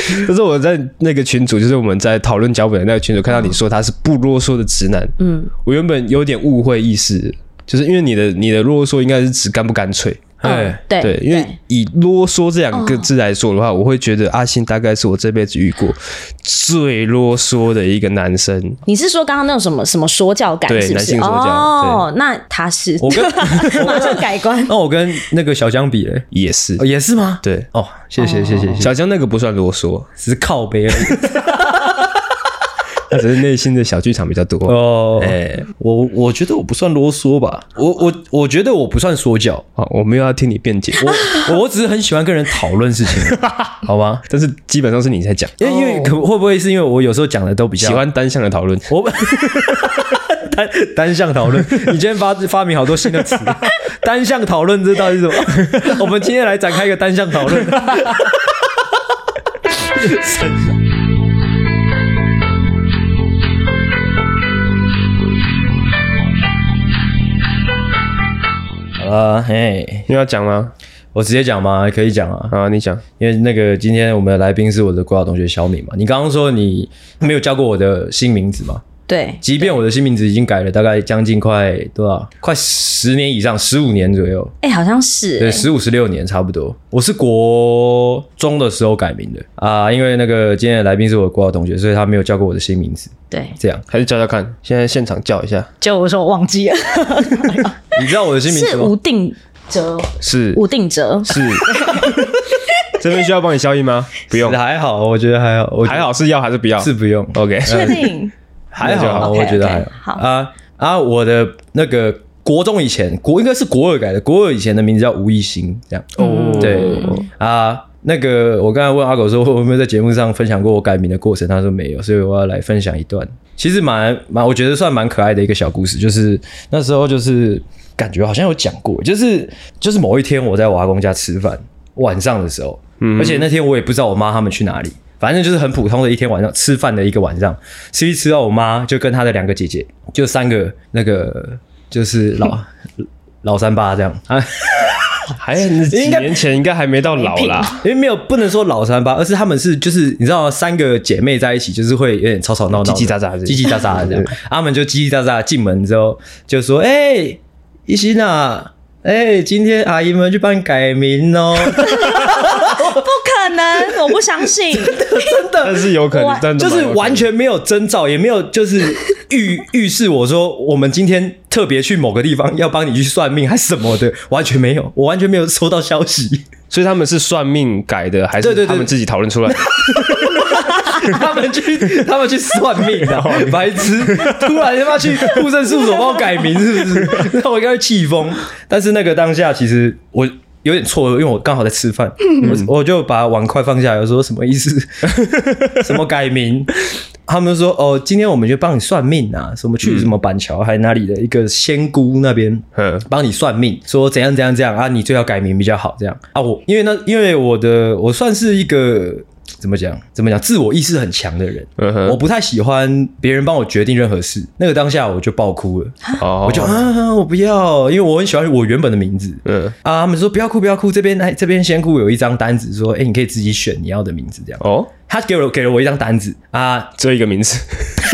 但是我在那个群组，就是我们在讨论脚本的那个群组，看到你说他是不啰嗦的直男，我原本有点误会意思，就是因为你的啰嗦应该是指干不干脆。对，因为以啰嗦这两个字来说的话，我会觉得阿信大概是我这辈子遇过最啰嗦的一个男生。 你是说刚刚那种什么说教感是不是？ 对，男性说教。 哦，那他是我马上改观。 那我跟那个小江比嘞， 也是， 也是吗？ 对， 谢谢。 小江那个不算啰嗦， 只是靠背而已。 他只是内心的小剧场比较多我觉得我不算啰嗦吧，我觉得我不算说教。 我没有要听你辩解， 我只是很喜欢跟人讨论事情，好吗？ 但是基本上是你在讲， 因为会不会是因为我有时候讲的都比较喜欢单向的讨论？ 单向讨论，你今天发明好多新的词，单向讨论这到底是什么？我们今天来展开一个单向讨论。 你要讲吗？ 我直接讲吗？可以讲啊。 你讲。 因为那个今天我们的来宾是我的国小同学小敏嘛，你刚刚说你没有叫过我的新名字嘛？ 对。 即便我的新名字已经改了大概将近快多少？快10年以上，15年左右。 好像是。 对，15、16年差不多。我是国中的时候改名的因为那个今天的来宾是我的国小同学，所以他没有叫过我的新名字。 对， 这样还是叫看，现在现场叫一下。 就我说我忘记了。 你知道我的新名字吗？ 是吴定哲， 是吴定哲， 是。这边需要帮你消音吗？不用， 还好，我觉得还好。 还好是要还是不要？ 是不用。 OK， 确定？ 还好，我觉得还好。我的那个国中以前应该是国二改的，国二以前的名字叫吴一兴，这样。对那个我刚才问阿狗说我有没有在节目上分享过我改名的过程，他说没有，所以我要来分享一段，其实我觉得算蛮可爱的一个小故事，就是那时候就是感觉好像有讲过，就是某一天我在我阿公家吃饭，晚上的时候，而且那天我也不知道我妈他们去哪里，反正就是很普通的一天晚上吃饭的一个晚上，吃到我妈就跟她的2个姐姐，就3个那个就是老三八这样几年前应该还没到老啦， 因为不能说老三八，而是他们是就是你知道3个姐妹在一起，就是会有点吵吵闹闹、 叽叽喳喳的这样。他们就叽叽喳喳进门之后就说：“一心啊，今天阿姨们去帮你改名哦。” 不可能，我不相信，真的， 但是有可能，真的就是完全没有征兆，也没有就是预示我说我们今天特别去某个地方要帮你去算命还是什么的，完全没有，我完全没有收到消息。 所以他们是算命改的，还是他们自己讨论出来的？ 他们去算命的，白痴！突然他妈去户政事务所帮我改名，是不是？让我应该会气疯。但是那个当下，其实我有点错愕，因为我刚好在吃饭，我就把碗筷放下来，我说什么意思？什么改名？他们就说今天我们就帮你算命啊，什么去什么板桥还哪里的一个仙姑那边帮你算命，说怎样啊，你最好改名比较好这样啊。因为我算是一个怎么讲自我意识很强的人，我不太喜欢别人帮我决定任何事。那个当下我就爆哭了，我就我不要，因为我很喜欢我原本的名字。他们说不要哭，这边仙姑有一张单子说你可以自己选你要的名字这样。他给了我一张单子只有一个名字。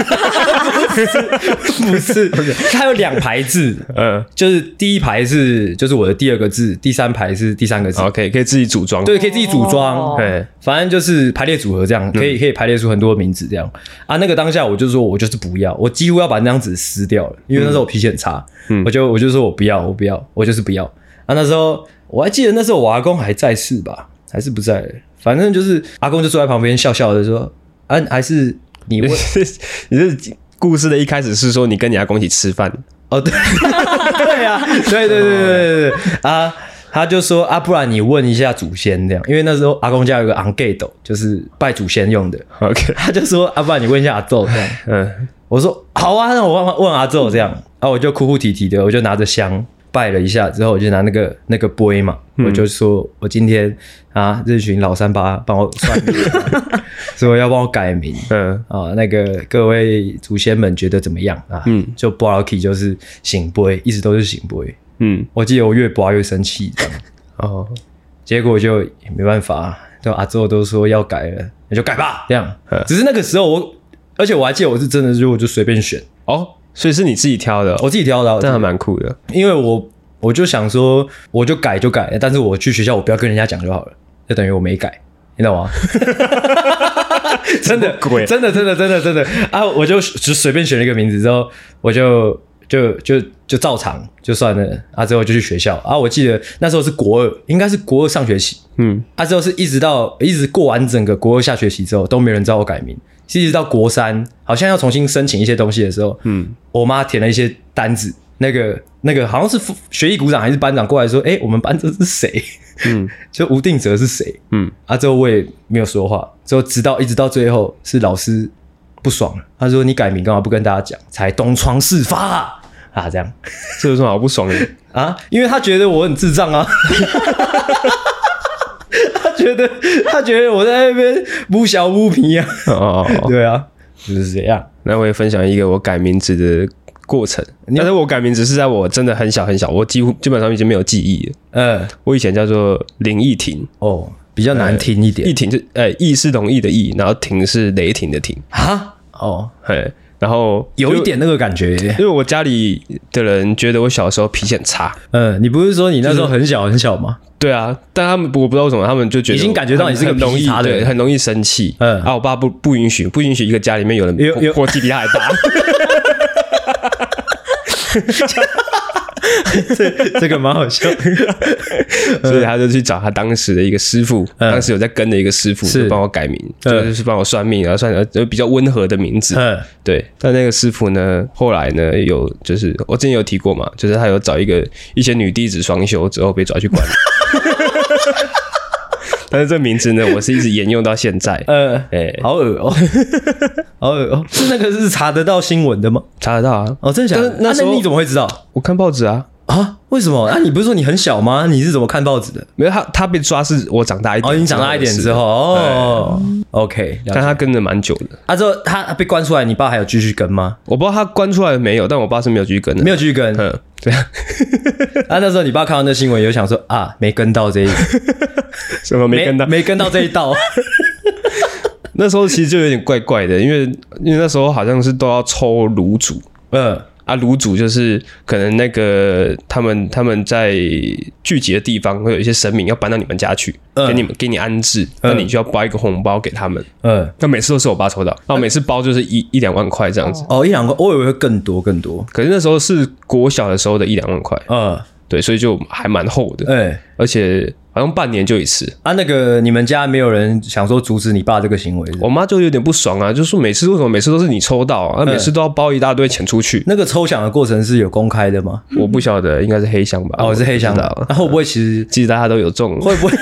不是，它有2排字，就是第一排就是我的第2个字，第3排是第3个字。 OK， 可以自己组装。 对，可以自己组装。反正就是排列组合这样，可以排列出很多名字这样那个当下我就说我就是不要，我几乎要把那张纸撕掉了，因为那时候我脾气很差，我就说我不要，我就是不要那时候我还记得那时候我阿公还在世吧，还是不在了，反正就是阿公就坐在旁边笑笑的说还是你问你是故事的一开始是说你跟你阿公一起吃饭对对啊，对他就说不然你问一下祖先这样，因为那时候阿公家有个昂盖斗，就是拜祖先用的。 OK， 他就说不然你问一下阿祖这样。我说好啊，那我问阿祖这样我就哭哭啼啼的，我就拿着香拜了一下之后，我就拿那个杯嘛，我就说我今天这群老三八帮我算命，所以要帮我改名。那个各位祖先们觉得怎么样就不好奇，就是醒杯，一直都是醒杯。我记得我越拔越生气这样。结果就也没办法， 对吧？之后都说要改了，那就改吧，这样。只是那个时候而且我还记得我是真的我就随便选哦，所以是你自己挑的， 我自己挑的， 这还蛮酷的。 因为我就想说，我就改，但是我去学校我不要跟人家讲就好了，就等于我没改，你知道吗？真的真的啊！我就随便选了一个名字之后，我就照常就算了啊。之后就去学校啊。我记得那时候是国二，应该是国二上学期，啊之后是一直过完整个国二下学期之后，都没人知道我改名。一直到国三，好像要重新申请一些东西的时候，我妈填了一些单子，那个好像是学艺股长还是班长过来说，我们班这是谁？就吴定哲是谁？啊之后我也没有说话，之后一直到最后是老师不爽了，他说你改名干嘛不跟大家讲，才东窗事发啊这样， 这有什么好不爽的啊？因为他觉得我很智障啊。他觉得我在那边不小不皮啊，对啊，就是这样。 那我也分享一个我改名字的过程，但是我改名字是在我真的很小很小，我基本上已经没有记忆了。我以前叫做林义庭， 哦，比较难听一点。 义庭就义是容易的义，然后庭是雷霆的霆啊，哦， 然后有一点那个感觉， 因为我家里的人觉得我小时候脾气很差。 你不是说你那时候很小很小吗？ 对啊，但他们我不知道为什么，他们就觉得已经感觉到你是个脾气差的人， 很容易生气。我爸不允许一个家里面有人火气比他还大。 这个蛮好笑。 所以他就去找他当时的一个师傅，当时有在跟的一个师傅，就帮我改名，就是帮我算命，然后算就比较温和的名字。对，但那个师傅呢，后来呢就是我之前有提过嘛，就是他有找一些女弟子双修之后被抓去关。但是这名字呢，我是一直沿用到现在。 好恶哦，好恶哦。是那个是查得到新闻的吗？ 查得到啊。 哦，真的假的？那你怎么会知道？ 我看报纸啊。 啊？为什么？你不是说你很小吗？你是怎么看报纸的？ 没有，他被抓是我长大一点。 哦，你长大一点之后哦。OK， 但他跟了蛮久的。 之后他被关出来，你爸还有继续跟吗？ 我不知道他关出来没有，但我爸是没有继续跟的。 没有继续跟。对啊。那时候你爸看到那新闻，有想说啊，没跟到这一什么没跟到？ 没跟到这一道。 那时候其实就有点怪怪的，因为那时候好像是都要抽炉主。炉主就是可能那个他们在聚集的地方会有一些神明要搬到你们家去，给你安置，那你就要包一个红包给他们。那每次都是我爸抽到，那每次包就是1-2万块这样子。 哦，1-2万，我以为会更多。 可是那时候是国小的时候的1-2万块。对，所以就还蛮厚的。而且好像半年就一次啊。那个你们家没有人想说阻止你爸这个行为？ 我妈就有点不爽啊，就说为什么每次都是你抽到啊？每次都要包一大堆钱出去。 那个抽奖的过程是有公开的吗？ 我不晓得，应该是黑箱吧。 是黑箱的。那会不会其实大家都有中？ 会不会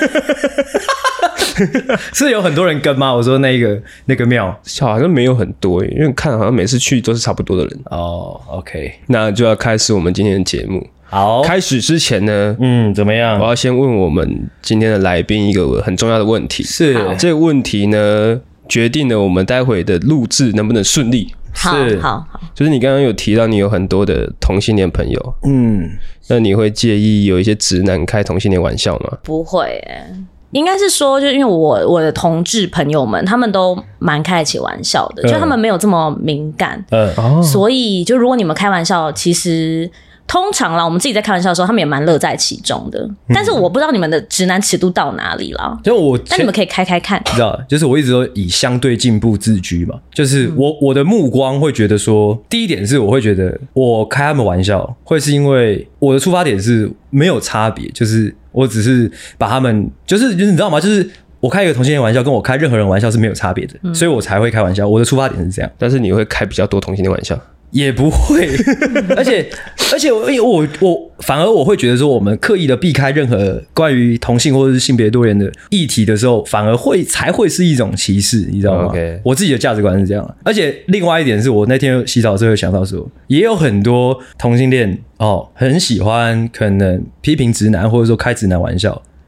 是有很多人跟吗？我说那个庙好像没有很多，因为看好像每次去都是差不多的人。 OK， 那就要开始我们今天的节目。 好， 开始之前呢， 怎么样？ 我要先问我们今天的来宾一个很重要的问题。 是这个问题呢，决定了我们待会的录制能不能顺利。 好， 就是你刚刚有提到你有很多的同性恋朋友，那你会介意有一些直男开同性恋玩笑吗？ 不会应该是说，就因为我的同志朋友们，他们都蛮开得起玩笑的，就他们没有这么敏感，所以就如果你们开玩笑，其实通常啦，我们自己在开玩笑的时候，他们也蛮乐在其中的。但是我不知道你们的直男尺度到哪里啦。但你们可以开看， 你知道，就是我一直都以相对进步自居嘛。就是我的目光会觉得说，第一点是我会觉得我开他们玩笑，会是因为我的出发点是没有差别，就是我只是把他们，就是你知道吗？就是我开一个同性恋玩笑，跟我开任何人玩笑是没有差别的，所以我才会开玩笑。我的出发点是这样。 但是你会开比较多同性恋玩笑？ 也不会，而且我反而我会觉得说，我们刻意的避开任何关于同性或者是性别多元的议题的时候，反而才会是一种歧视，你知道吗？ Okay. 我自己的价值观是这样。而且另外一点是我那天洗澡的时候有想到说，也有很多同性恋很喜欢可能批评直男或者说开直男玩笑。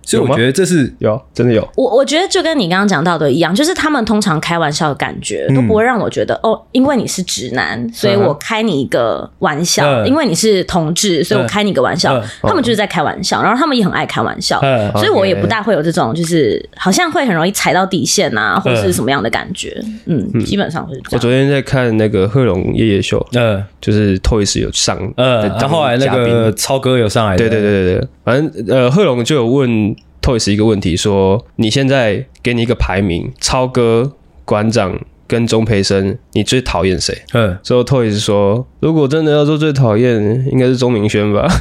所以我觉得这是真的有。 我觉得就跟你刚刚讲到的一样，就是他们通常开玩笑的感觉都不会让我觉得因为你是直男，所以我开你一个玩笑；因为你是同志，所以我开你一个玩笑。他们就是在开玩笑，然后他们也很爱开玩笑，所以我也不大会有这种就是好像会很容易踩到底线啊，或是什么样的感觉。基本上会是这样。 我昨天在看那个贺龙夜夜秀，就是 Toys 有上， 然后后来那个超哥有上来， 对，反正贺龙就有问 Toys 一个问题，说你现在给你一个排名，超哥、馆长跟钟培生，你最讨厌谁？之后 Toys 说，如果真的要说最讨厌，应该是钟明轩吧。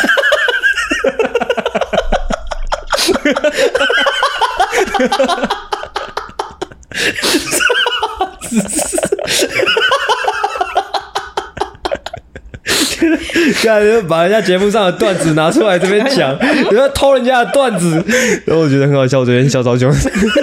把人家节目上的段子拿出来这边讲，你要偷人家的段子， 然后我觉得很好笑，我昨天笑超凶。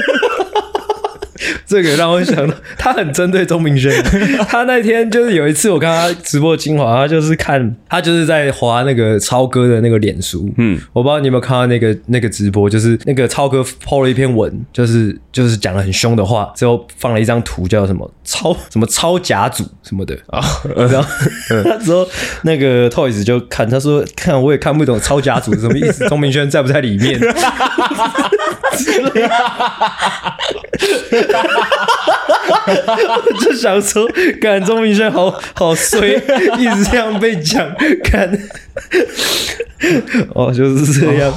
这个让我想到，他很针对钟明轩。他那天就是有一次我看他直播精华，他就是在滑那个超哥的那个脸书。我不知道你有没有看到那个直播，就是那个超哥 po 了一篇文，就是讲了很凶的话，之后放了一张图叫什么超甲组什么的然后他之后那个 Toys 就看，他说看我也看不懂超甲组什么意思，钟明轩在不在里面？我就想说，干钟明轩好衰，一直这样被讲，干就是这样。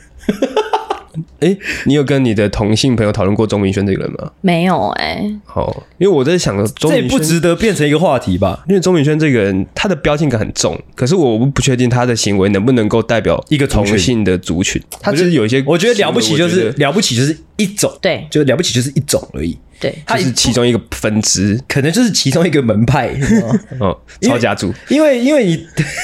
你有跟你的同性朋友讨论过钟明轩这个人吗？ 没有好，因为我在想这也不值得变成一个话题吧？ 因为钟明轩这个人，他的标签感很重，可是我不确定他的行为能不能够代表一个同性的族群。他其实有一些， 我觉得了不起就是一种， 对， 就了不起就是一种而已。 对， 它是其中一个分支， 可能就是其中一个门派。 超甲组， 因为你。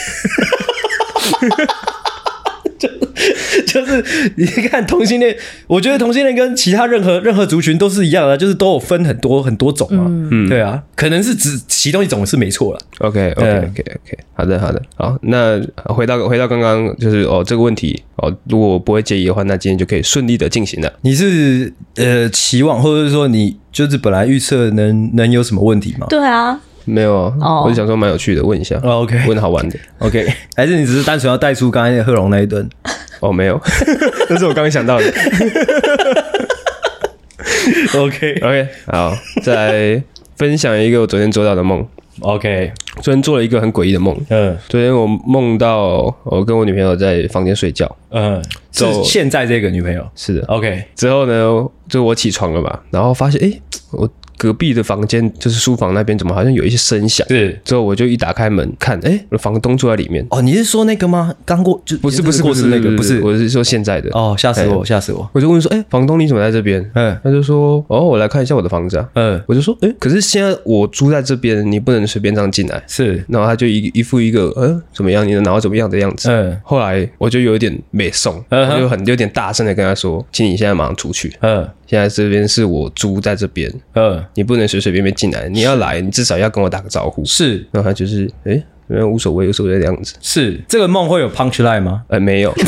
就是你看同性恋，我觉得同性恋跟其他任何族群都是一样的，就是都有分很多种嘛。对啊，可能是指其中一种是没错了。 OK， 好的，好，那回到刚刚就是这个问题如果我不会介意的话，那今天就可以顺利的进行了。 你是期望或者是说你就是本来预测能有什么问题吗？ 对啊。 没有啊，我就想说蛮有趣的，问一下。 OK， 问好玩的。 OK， 还是你只是单纯要带出刚才贺龙那一顿？ 没有，这是我刚刚想到的。OK， 好，再来分享一个我昨天做到的梦。 OK， 昨天做了一个很诡异的梦。昨天我梦到我跟我女朋友在房间睡觉。 是现在这个女朋友？ 是的。 OK， 之后呢，就我起床了嘛，然后发现我隔壁的房间就是书房那边怎么好像有一些声响？ 是。 之后我就一打开门看，我房东坐在里面。 你是说那个吗？刚过就不是那个，不是， 我是说现在的。 吓死我！ 我就问说，房东你怎么在这边？他就说，我来看一下我的房子啊。我就说，可是现在我住在这边，你不能随便这样进来。 是。 然后他就一副一个怎么样，你的脑怎么样的样子。后来我就有一点没送，我就有点大声的跟他说，请你现在马上出去。现在这边是我租在这边，你不能随随便便进来，你要来，你至少要跟我打个招呼。 是， 然后他就是无所谓的样子。 是，这个梦会有 punch line 吗？ 没有。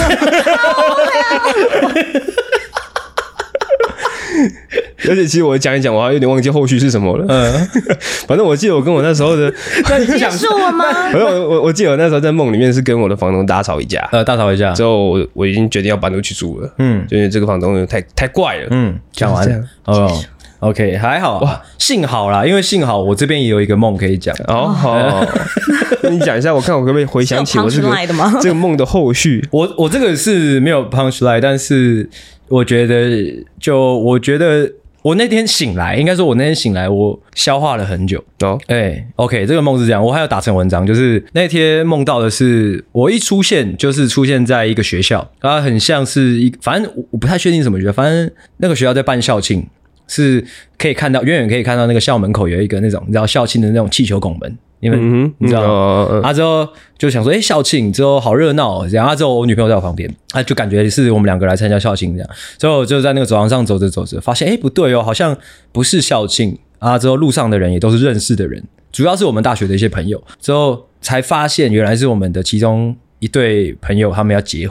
而且其实我讲一讲，我还有点忘记后续是什么了。反正我记得我跟我那时候的， 那你结束了吗？ 我记得我那时候在梦里面是跟我的房东大吵一架。 大吵一架之后，我已经决定要搬出去住了。就因为这个房东太怪了。 讲完。OK， 还好哇，幸好啦，因为幸好我这边也有一个梦可以讲。 好，你讲一下，我看我可不可以回想起我这个梦的后续。 我这个是没有 punch line， 但是我觉得我那天醒来，应该说我那天醒来，我消化了很久。OK， 这个梦是这样，我还要打成文章，就是那天梦到的是我一出现就是出现在一个学校，它很像是反正我不太确定什么学校，反正那个学校在办校庆。是可以看到，远远可以看到那个校门口有一个那种你知道校庆的那种气球拱门，你知道吗？之后就想说，校庆之后好热闹这样。之后我女朋友在我旁边，就感觉是我们两个来参加校庆这样。之后就在那个走廊上走着，发现不对好像不是校庆之后路上的人也都是认识的人，主要是我们大学的一些朋友。之后才发现原来是我们的其中一对朋友他们要结婚。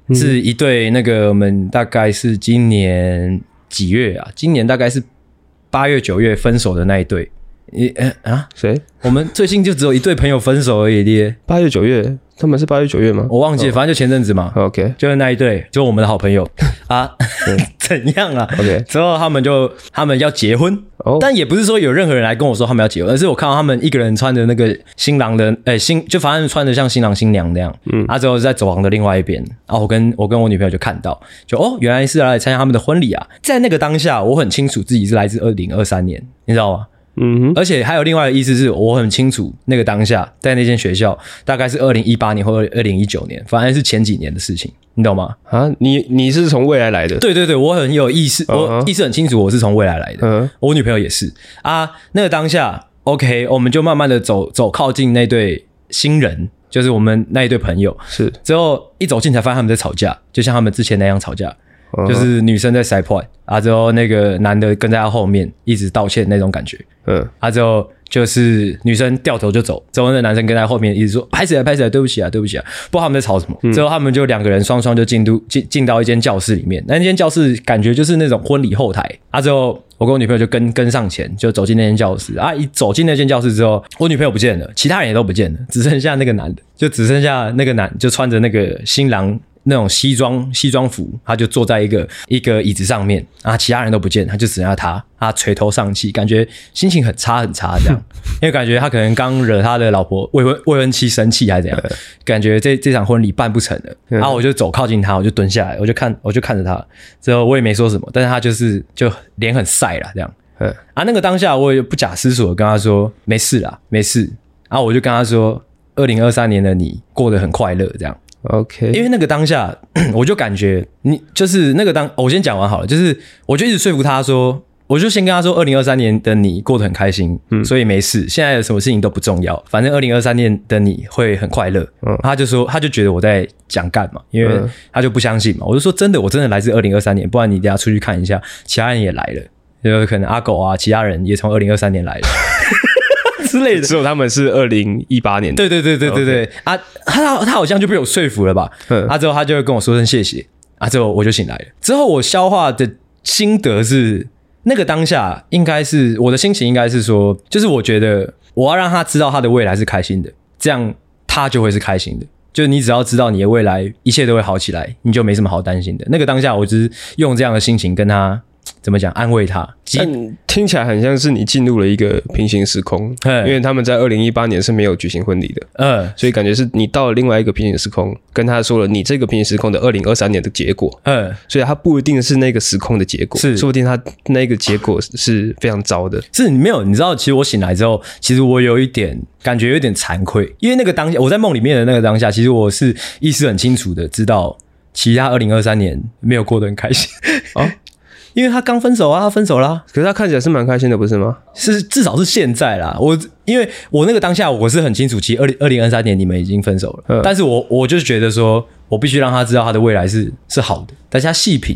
是一对那个我们大概是今年几月啊？今年大概是8月9月分手的那一对。 谁？ 我们最近就只有一对朋友分手而已。 8月9月，他们是8月9月吗？ 我忘记了，反正就前阵子嘛。 OK， 就是那一对，就我们的好朋友啊，怎样啊 ？OK， 之后他们要结婚，但也不是说有任何人来跟我说他们要结婚，而是我看到他们一个人穿着那个新郎的，就反正穿着像新郎新娘那样，之后在走廊的另外一边，我跟我女朋友就看到，原来是要来参加他们的婚礼啊！在那个当下，我很清楚自己是来自2023年，你知道吗？而且还有另外的意思是我很清楚那个当下在那间学校大概是2018年或2019年，反正是前几年的事情，你懂吗？ 你是从未来来的？ 对，我很有意识，我意识很清楚我是从未来来的。我女朋友也是啊。那个当下 OK， 我们就慢慢的走靠近那对新人，就是我们那一对朋友。是之后一走近才发现他们在吵架，就像他们之前那样吵架。就是女生在塞破之后那个男的跟在他后面一直道歉那种感觉。之后就是女生掉头就走，之后那男生跟在后面一直说拍谁，对不起啊，不知道他们在吵什么。之后他们就两个人双双就进到一间教室里面，那间教室感觉就是那种婚礼后台。之后我跟我女朋友就跟上前，就走进那间教室。一走进那间教室之后，我女朋友不见了，其他人也都不见了，只剩下那个男的，就穿着那个新郎那种西装服，他就坐在一个椅子上面其他人都不见，他就只剩下他垂头丧气，感觉心情很差这样，因为感觉他可能刚惹他的老婆未婚妻生气还是怎样，感觉这场婚礼办不成了。我就走靠近他，我就蹲下来，我就看着他，之后我也没说什么，但是他就脸很晒啦这样。那个当下我也不假思索的跟他说没事啦，没事。我就跟他说2023年的你过得很快乐这样。 OK， 因为那个当下我就感觉你就是那个我先讲完好了，就是我就一直说服他说，我就先跟他说2023年的你过得很开心，所以没事，现在有什么事情都不重要，反正2023年的你会很快乐。他就觉得我在讲干嘛，因为他就不相信嘛。我就说真的，我真的来自2023年，不然你等一下出去看一下，其他人也来了，就可能阿狗其他人也从2023年来了。之类的， 只有他们是2018年的。 对，okay. 他好像就被我说服了吧。之后他就会跟我说声谢谢。之后我就醒来了。之后我消化的心得是，那个当下应该是我的心情应该是说，就是我觉得我要让他知道他的未来是开心的，这样他就会是开心的。就是你只要知道你的未来一切都会好起来，你就没什么好担心的。那个当下我只是用这样的心情跟他怎么讲安慰他。 但听起来很像是你进入了一个平行时空，因为他们在2018年是没有举行婚礼的，所以感觉是你到了另外一个平行时空，跟他说了你这个平行时空的2023年的结果，所以他不一定是那个时空的结果，说不定他那个结果是非常糟的。 是没有，你知道，其实我醒来之后，其实我有一点感觉有点惭愧，因为那个当下我在梦里面的那个当下，其实我是意识很清楚的知道，其他2023年没有过得很开心因为他刚分手他分手啦。 可是他看起来是蛮开心的，不是吗？ 是，至少是现在啦。因为我那个当下我是很清楚，其实2023年你们已经分手了，但是我就是觉得说，我必须让他知道他的未来是好的，大家细品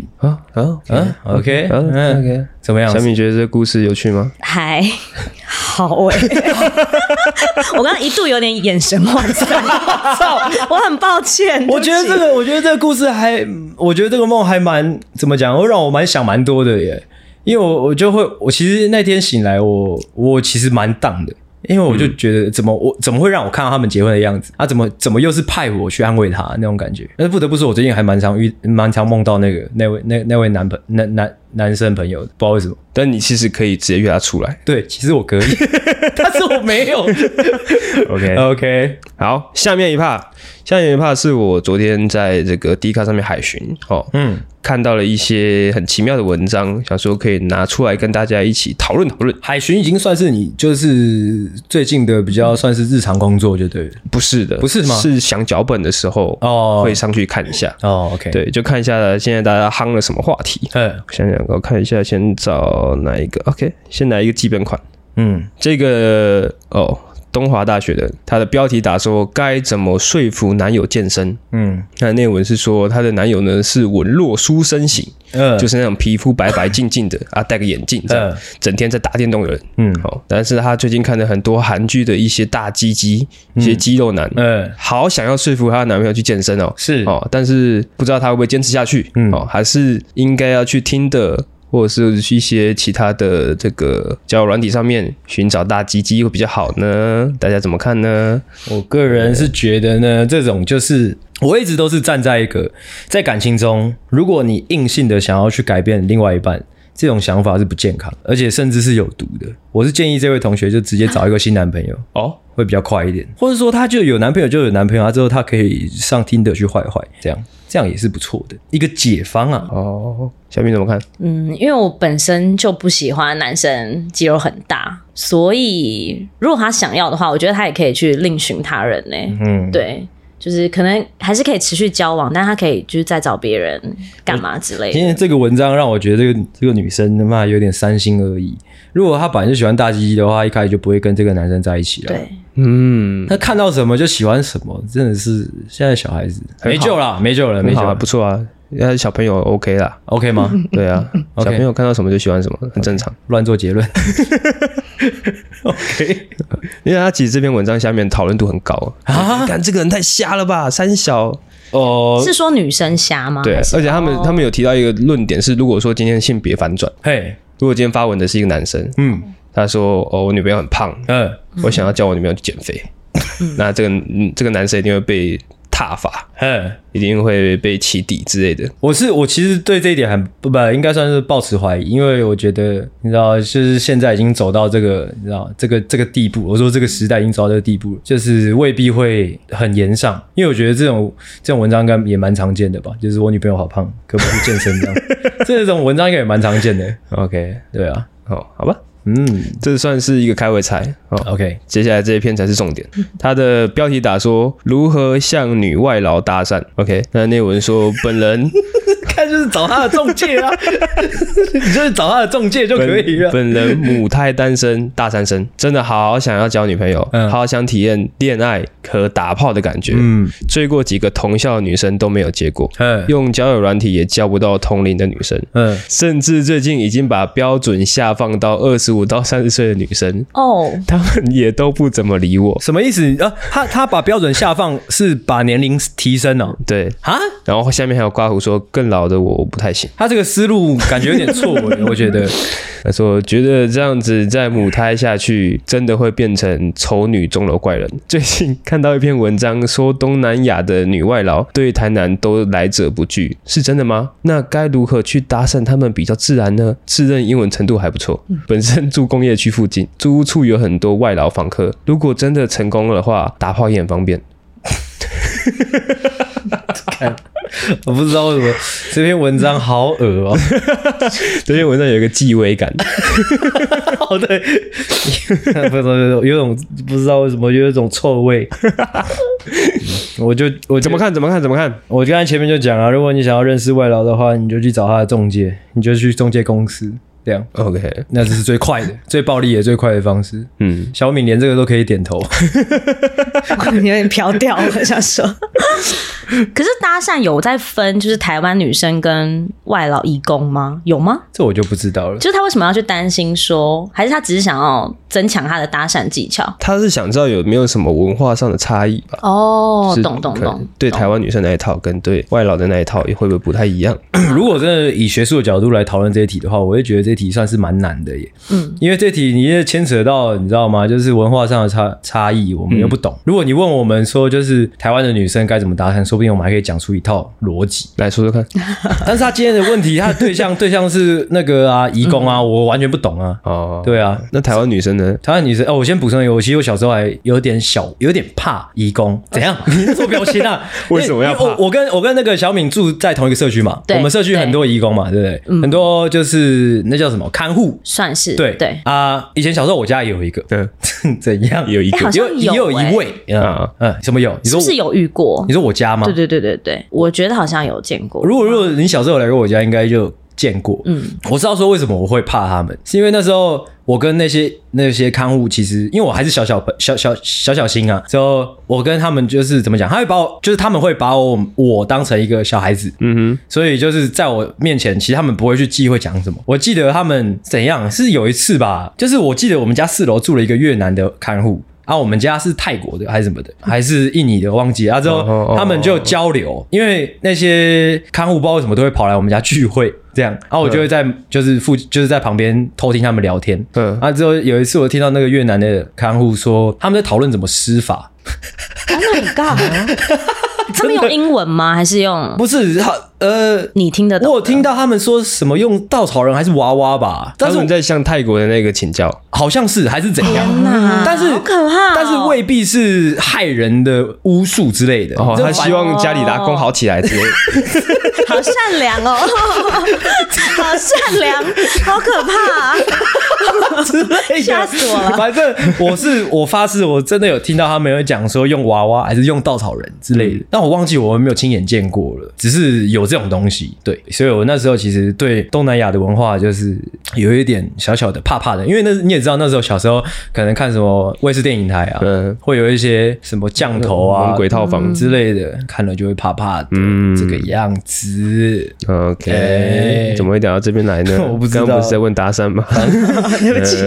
OK， 怎么样？ 小米觉得这个故事有趣吗？ 还好我刚刚一度有点眼神涣散，我很抱歉。 我觉得这个故事我觉得这个梦还蛮怎么讲，会让我想蛮多的耶。因为我其实那天醒来我其实蛮down的，因为我就觉得怎么会让我看到他们结婚的样子怎么又是派我去安慰他那种感觉。但是不得不说，我最近还蛮常梦到那位男生朋友，不知道为什么。 但你其实可以直接约他出来。 对，其实我可以，但是我没有。OK， 好，下面一 part 是我昨天在这个 Dcard 上面海巡看到了一些很奇妙的文章，想说可以拿出来跟大家一起讨论讨论。 海巡已经算是你就是最近的比较算是日常工作就对了。 不是的， 不是吗？ 是想脚本的时候会上去看一下。 OK， 对，就看一下现在大家夯了什么话题。想想我看一下，先找哪一个 ？OK， 先来一个基本款。这个东华大学的，他的标题打说该怎么说服男友健身。那内文是说他的男友呢是文弱书生型，就是那种皮肤白白净净的啊，戴个眼镜这样，整天在打电动的人。但是他最近看了很多韩剧的一些大鸡鸡，一些肌肉男，好想要说服他的男朋友去健身是但是不知道他会不会坚持下去，还是应该要去听的。或者是一些其他的这个交友软体上面寻找大鸡鸡会比较好呢？大家怎么看呢？ 我个人是觉得呢，这种就是我一直都是站在一个在感情中，如果你硬性的想要去改变另外一半，这种想法是不健康，而且甚至是有毒的。我是建议这位同学就直接找一个新男朋友会比较快一点，或者说他就有男朋友就有男朋友，之后他可以上Tinder去坏，这样也是不错的一个解方啊。 小明怎么看？ 因为我本身就不喜欢男生肌肉很大，所以如果他想要的话，我觉得他也可以去另寻他人呢。对。就是可能还是可以持续交往，但他可以就是再找别人干嘛之类的。 因为这个文章让我觉得这个女生他妈有点三心二意。如果她本来就喜欢大鸡鸡的话，一开始就不会跟这个男生在一起了。 对， 她看到什么就喜欢什么，真的是现在小孩子没救了，没救了， 不错啊。小朋友 OK 啦 ，OK 吗？ 对啊，小朋友看到什么就喜欢什么，很正常。 乱做结论。OK， 因为他其实这篇文章下面讨论度很高啊，干这个人太瞎了吧，三小是说女生瞎吗？ 对，而且他们有提到一个论点是，如果说今天性别反转，如果今天发文的是一个男生，他说我女朋友很胖，我想要叫我女朋友去减肥，那这个男生一定会被挞伐，一定会被起底之类的。我其实对这一点不应该算是抱持怀疑，因为我觉得你知道，就是现在已经走到这个你知道这个地步，我说这个时代已经走到这个地步，就是未必会很严上，因为我觉得这种文章应该也蛮常见的吧，就是我女朋友好胖，可不可以健身这样，这种文章应该也蛮常见的。 OK， 对啊， 好吧。这算是一个开胃菜。 OK， 接下来这一篇才是重点。他的标题打说如何向女外劳搭讪。OK， 那内文说本人看就是找他的中介啊，你就是找他的中介就可以了。 本人母胎单身，大三生，真的好想要交女朋友，好想体验恋爱和打炮的感觉。追过几个同校的女生都没有结果，用交友软体也交不到同龄的女生，甚至最近已经把标准下放到25到30岁的女生，他们也都不怎么理我。 什么意思？他把标准下放是把年龄提升哦？ 对啊，然后下面还有括弧说更老的我不太行。 他这个思路感觉有点错我觉得。 他说觉得这样子在母胎下去真的会变成丑女钟楼怪人。最近看到一篇文章说东南亚的女外劳对台南都来者不拒，是真的吗？那该如何去搭讪他们比较自然呢？自认英文程度还不错，本身住工业区附近，租屋处有很多外劳访客，如果真的成功的话，打炮也很方便。 我不知道为什么这篇文章好恶哦。 这篇文章有一个纪委感。 好的，有种不知道为什么有一种臭味。我怎么看？ 我刚才前面就讲了，如果你想要认识外劳的话，你就去找他的中介，你就去中介公司。这样 OK， 那这是最快的、最暴力也最快的方式。小敏连这个都可以点头， 有点飘掉了，想说。可是搭讪有在分，就是台湾女生跟外劳移工吗？有吗？ 这我就不知道了。 就是他为什么要去担心说，还是他只是想要增强他的搭讪技巧？ 他是想知道有没有什么文化上的差异吧？ 懂。 对台湾女生那一套跟对外劳的那一套也会不会不太一样？ 如果真的以学术的角度来讨论这一题的话，我会觉得这题算是蛮难的耶。因为这题你也牵扯到，你知道吗？就是文化上的差异，我们又不懂。如果你问我们说，就是台湾的女生该怎么搭讪，说不定我们还可以讲出一套逻辑来说说看。 但是他今天的问题，他的对象是那个移工啊，我完全不懂啊。对啊， 那台湾女生呢？ 台湾女生我先补充一个，其实我小时候还有点怕移工。怎样？你在做表情啊？ 为什么要怕？ 我跟那个小敏住在同一个社区嘛，我们社区很多移工嘛，对不对？很多就是那叫什么看护， 算是对啊。以前小时候我家也有一个，怎样？ 有一个， 也有一位什么有？你说是不是有遇过？ 你说我家吗？ 对，我觉得好像有见过。 如果你小时候来过我家，应该就见过。我知道说为什么我会怕他们，是因为那时候我跟那些看护，其实因为我还是小心啊，之后我跟他们就是怎么讲，他们会把我当成一个小孩子，所以就是在我面前，其实他们不会去忌讳讲什么。我记得他们怎样，是有一次吧，就是我记得我们家4楼住了一个越南的看护。我们家是泰国的还是什么的，还是印尼的，忘记了。之后他们就交流，因为那些看护不知道为什么都会跑来我们家聚会，这样。我就会在就是在旁边偷听他们聊天。之后有一次我听到那个越南的看护说，他们在讨论怎么施法。 Oh my god！ 他们用英文吗？还是用？ 不是， 你听得懂？ 我有听到他们说什么用稻草人还是娃娃吧？ 他们在向泰国的那个请教， 好像是还是怎样？但是好可怕但是未必是害人的巫术之类的。 他希望家里的阿公好起来之类的。 好善良哦，好善良，好可怕之类的， 吓死我了。 反正我发誓，我真的有听到他们有讲说用娃娃还是用稻草人之类的，但我忘记我没有亲眼见过了，只是有这种东西。对，所以我那时候其实对东南亚的文化就是有一点小小的怕怕的，因为你也知道那时候小时候可能看什么卫视电影台啊，会有一些什么降头啊、 猛鬼套房之类的，看了就会怕怕的，这个样子。 OK， 怎么会聊到这边来呢？ 我不知道， 刚刚不是在问搭讪吗？ 对不起。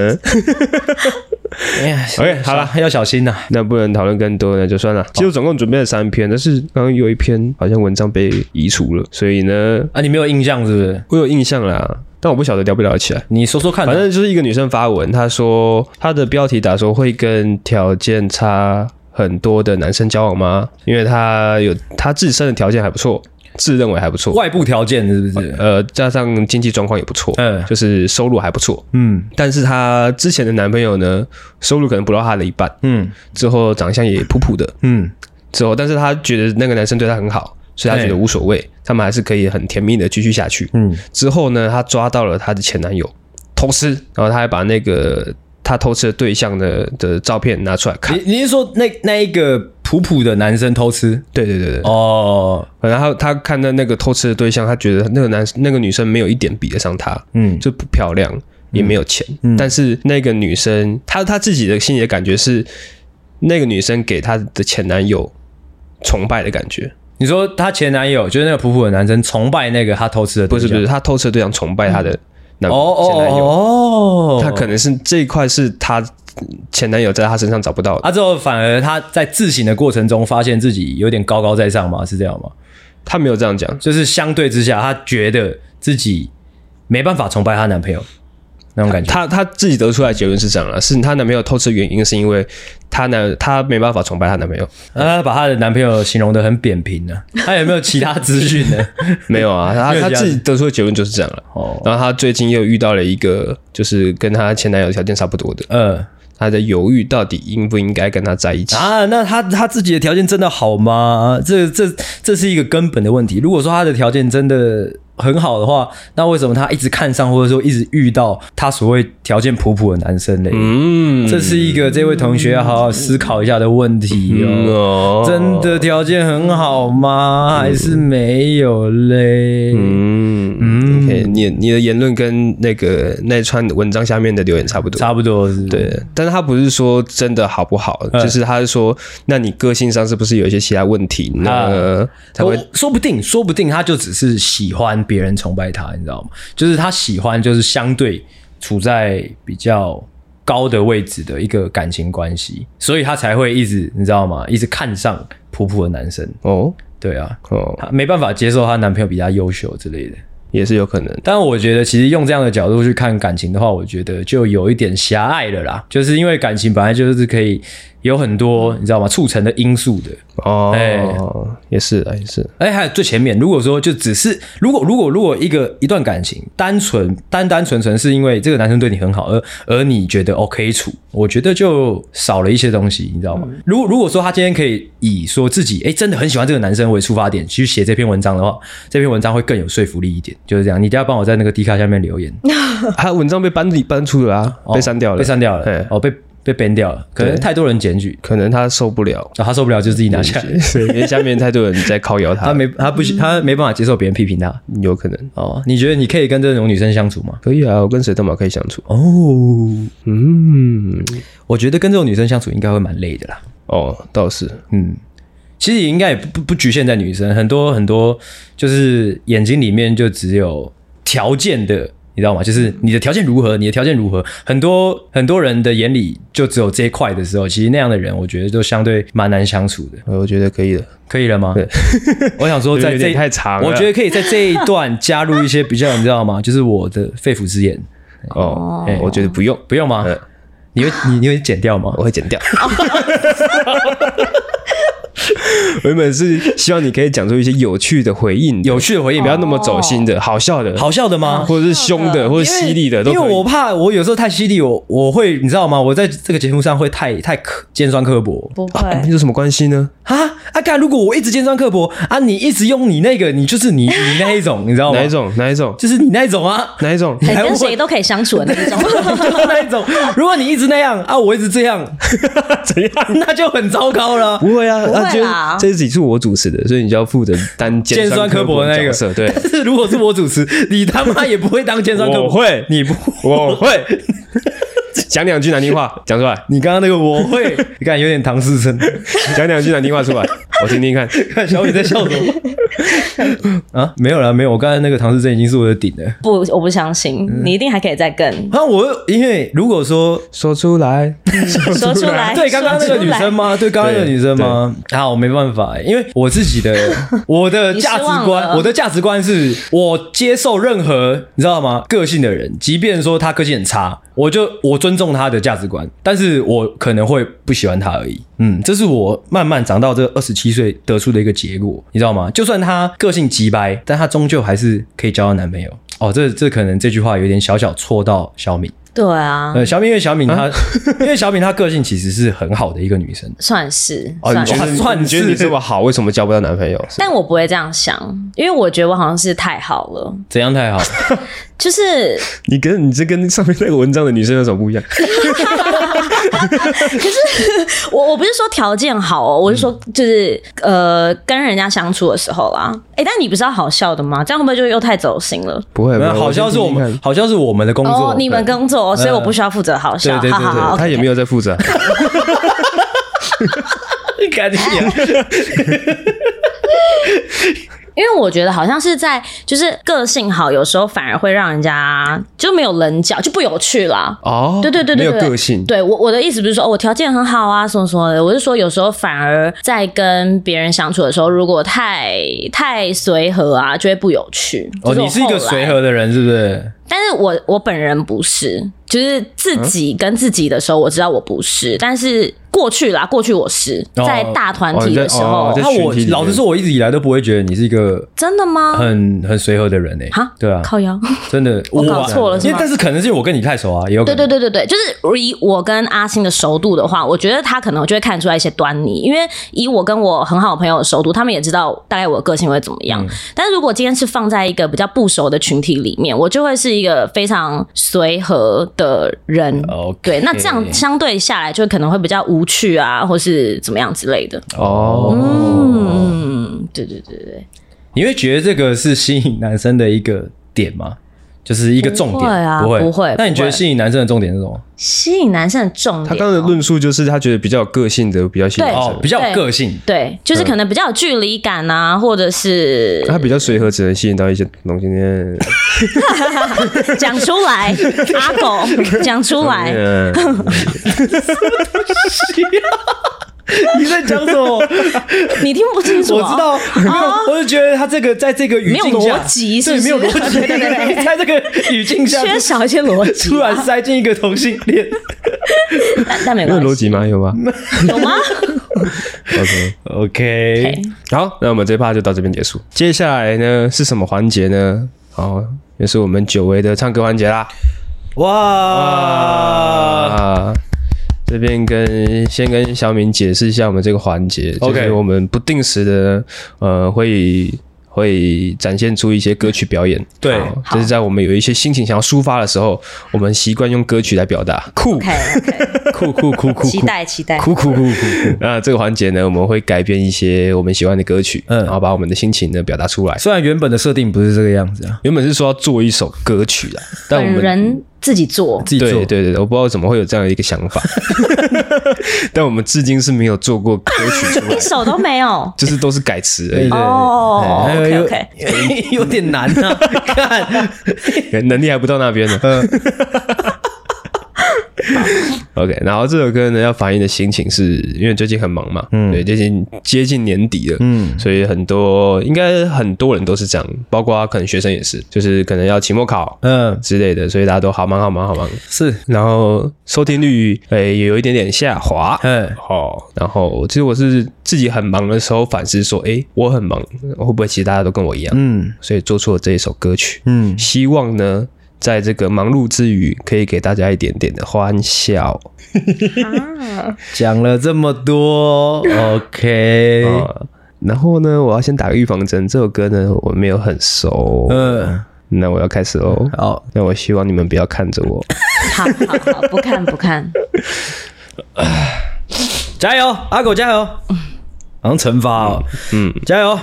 OK， 好了， 要小心呐。 那不能讨论更多，那就算了。其实我总共准备了3篇，但是刚刚有一篇好像文章被移除了，所以呢， 你没有印象是不是？ 我有印象啦，但我不晓得聊不聊得起来。 你说说看。 反正就是一个女生发文，她说她的标题打说会跟条件差很多的男生交往吗？因为她自身的条件还不错。自认为还不错， 外部条件是不是？ 加上经济状况也不错，就是收入还不错，但是她之前的男朋友呢，收入可能不到她的一半，之后长相也普普的，之后，但是她觉得那个男生对她很好，所以她觉得无所谓，他们还是可以很甜蜜的继续下去。之后呢，她抓到了她的前男友偷吃，然后她还把那个她偷吃的对象的照片拿出来看。 你是说那一个？普普的男生偷吃， 对然后他看到那个偷吃的对象，他觉得那个女生没有一点比得上他，就不漂亮，也没有钱，但是那个女生，他自己的心里的感觉是，那个女生给他的前男友崇拜的感觉。 你说他前男友就是那个普普的男生崇拜那个他偷吃的对象？ 不是，他偷吃的对象崇拜他的前男友，他可能是这一块是他。前男友在他身上找不到的， 之后反而他在自省的过程中发现自己有点高高在上吗？是这样吗？ 他没有这样讲， 就是相对之下，他觉得自己没办法崇拜她男朋友那种感觉。 他自己得出来的结论是这样啦，是她男朋友偷吃的原因是因为她没办法崇拜她男朋友。 把她的男朋友形容得很扁平呢。他有没有其他资讯呢？ 没有啊，他自己得出的结论就是这样了。然后他最近又遇到了一个，就是跟他前男友条件差不多的，他在犹豫到底应不应该跟他在一起啊？那他自己的条件真的好吗？这是一个根本的问题。如果说他的条件真的很好的话，那为什么他一直看上或者说一直遇到他所谓条件普普的男生嘞？这是一个这位同学要好好思考一下的问题哦。真的条件很好吗？还是没有嘞 ？OK， 你的言论跟那串文章下面的留言差不多是对，但是他不是说真的好不好，就是他是说，那你个性上是不是有一些其他问题呢？才会说不定他就只是喜欢别人崇拜他，你知道吗？就是他喜欢，就是相对处在比较高的位置的一个感情关系，所以他才会一直，你知道吗？一直看上普普的男生。对啊，他没办法接受她男朋友比她优秀之类的。 也是有可能， 但我觉得其实用这样的角度去看感情的话，我觉得就有一点狭隘了啦。就是因为感情本来就是可以有很多你知道吗促成的因素的也是啊，也是。 还有最前面，如果说就只是如果一段感情单纯是因为这个男生对你很好而你觉得可以处，我觉得就少了一些东西，你知道吗？如果说他今天可以以说自己真的很喜欢这个男生为出发点去写这篇文章的话，这篇文章会更有说服力一点。就是这样，你一定要帮我在那个 D 卡下面留言。 他文章被搬出了啊，被删掉了， 被 ban 掉了，可能太多人检举， 可能他受不了， 他受不了就自己拿下来， 因为下面太多人在靠摇他， 他没办法接受别人批评他， 有可能哦。你觉得你可以跟这种女生相处吗？ 可以啊，我跟谁都蛮可以相处哦。我觉得跟这种女生相处应该会蛮累的啦。 哦，倒是， 其实也应该也不局限在女生，很多就是眼睛里面就只有条件的，你知道吗？就是你的条件如何，很多人的眼里就只有这一块的时候，其实那样的人，我觉得都相对蛮难相处的。 我觉得可以了， 可以了吗？对，我想说在这太长了， 我觉得可以在这一段加入一些比较，你知道吗？就是我的肺腑之言。 我觉得不用吗？你会剪掉吗？ 我会剪掉。我原本是希望你可以讲出一些有趣的回应，不要那么走心的，好笑的吗？或者是凶的，或者犀利的，都可以。 因为我怕我有时候太犀利，我会你知道吗？我在这个节目上会太尖酸刻薄。 不会， 有什么关系呢？ 干！如果我一直尖酸刻薄啊，你一直用你那个，你就是你那一种，你知道吗？ 哪一种？ 就是你那一种啊， 哪一种？ 跟谁都可以相处的那一种， 那一种。如果你一直那样啊，我一直这样， 怎样？ 那就很糟糕了。 不会啊， 不会啦， 这集是我主持的，所以你就要负责担尖酸刻薄的那个角色。对， 但是如果是我主持，你他妈也不会当尖酸刻薄。 我会， 你不， 我会。讲2句难听话，讲出来。 你刚刚那个我会，你看有点唐氏症， 讲2句难听话出来，我听听看。 看小米在笑什么？啊，没有啦，没有。我刚才那个唐氏症已经是我的顶了。 不，我不相信，你一定还可以再更。 因为如果说出来， 说出来， 对刚刚那个女生吗？对刚刚那个女生吗？我没办法，因为我自己的我的价值观是我接受任何你知道吗个性的人，即便说他个性很差，我尊重他的价值观，但是我可能会不喜欢他而已。这是我慢慢长到这27岁得出的一个结果，你知道吗？就算他个性极掰，但他终究还是可以交到男朋友。这可能这句话有点小戳到小敏。 对啊， 因为小敏她个性其实是很好的一个女生， 算是。 你觉得你这么好，为什么交不到男朋友？ 但我不会这样想，因为我觉得我好像是太好了。 怎样太好？ 就是你这跟上面那个文章的女生有什么不一样？ 可是我不是说条件好我是说就是跟人家相处的时候啦。但你不是要好笑的吗？这样会不会就又太走心了？ 不会， 好笑是我们的工作， 你们工作，所以我不需要负责好笑。 对， 他也没有在负责。 赶紧因为我觉得好像是在就是个性好，有时候反而会让人家就没有棱角，就不有趣啦。对， 没有个性。 对，我的意思不是说我条件很好啊什么什么的，我是说有时候反而在跟别人相处的时候，如果太随和啊，就会不有趣。 你是一个随和的人是不是？ 但是我本人不是，就是自己跟自己的时候，我知道我不是，但是过去我是在大团体的时候。 我老实说，我一直以来都不会觉得你是一个真的吗？ 很随和的人对啊， 靠腰， 真的， 我搞错了是吗？ 但是可能是因为我跟你太熟啊，也有可能。 对，就是以我跟阿星的熟度的话，我觉得他可能就会看出来一些端倪，因为以我跟我很好的朋友的熟度，他们也知道大概我的个性会怎么样。但是如果今天是放在一个比较不熟的群体里面，我就会是一个非常随和的人。对，那这样相对下来就可能会比较无趣啊，或是怎么样之类的。对。 你会觉得这个是吸引男生的一个点吗？就是一个重点？ 不会。 那你觉得吸引男生的重点是什么？ 吸引男生的重点， 他刚刚的论述就是他觉得比较有个性的比较吸引男生， 比较有个性， 对，就是可能比较有距离感啊，或者是他比较随和，只能吸引到一些东西。 讲出来，阿狗讲出来。 你在讲什么？ 你听不清楚？ 我知道，我就觉得他这个在这个语境下没有逻辑， 对，没有逻辑。在这个语境下缺少一些逻辑， 突然塞进一个同性恋， 但没关系。 有逻辑吗？有吗？ 有吗 ？OK， 好，那我们这一趴就到这边结束。接下来呢是什么环节呢？也是我们久违的唱歌环节啦。哇！这边先跟小敏解释一下我们这个环节，就是我们不定时的会会展现出一些歌曲表演。 对， 就是在我们有一些心情想要抒发的时候，我们习惯用歌曲来表达。酷 ，OK， 酷， 期待， 酷。那这个环节呢，我们会改编一些我们喜欢的歌曲，然后把我们的心情呢表达出来。 虽然原本的设定不是这个样子啊， 原本是说要做一首歌曲啦，但我们本人自己做， 对，我不知道怎么会有这样的一个想法，但我们至今是没有做过歌曲出来， 一首都没有， 就是都是改词而已。 哦，OK， 有点难啊，看能力还不到那边呢。OK， 然后这首歌呢要反映的心情是因为最近很忙嘛，对，最近接近年底了，所以应该很多人都是这样，包括可能学生也是，就是可能要期末考，之类的，所以大家都好忙， 是， 然后收听率也有一点点下滑，然后其实我是自己很忙的时候反思说，我很忙，会不会其实大家都跟我一样，所以做出了这一首歌曲，希望呢。在这个忙碌之余，可以给大家一点点的欢笑。 讲了这么多 ，OK。 然后呢，我要先打个预防针，这首歌呢我没有很熟。那我要开始喽。 好， 那我希望你们不要看着我。 好，不看。 加油，阿狗加油！好像惩罚哦。加油！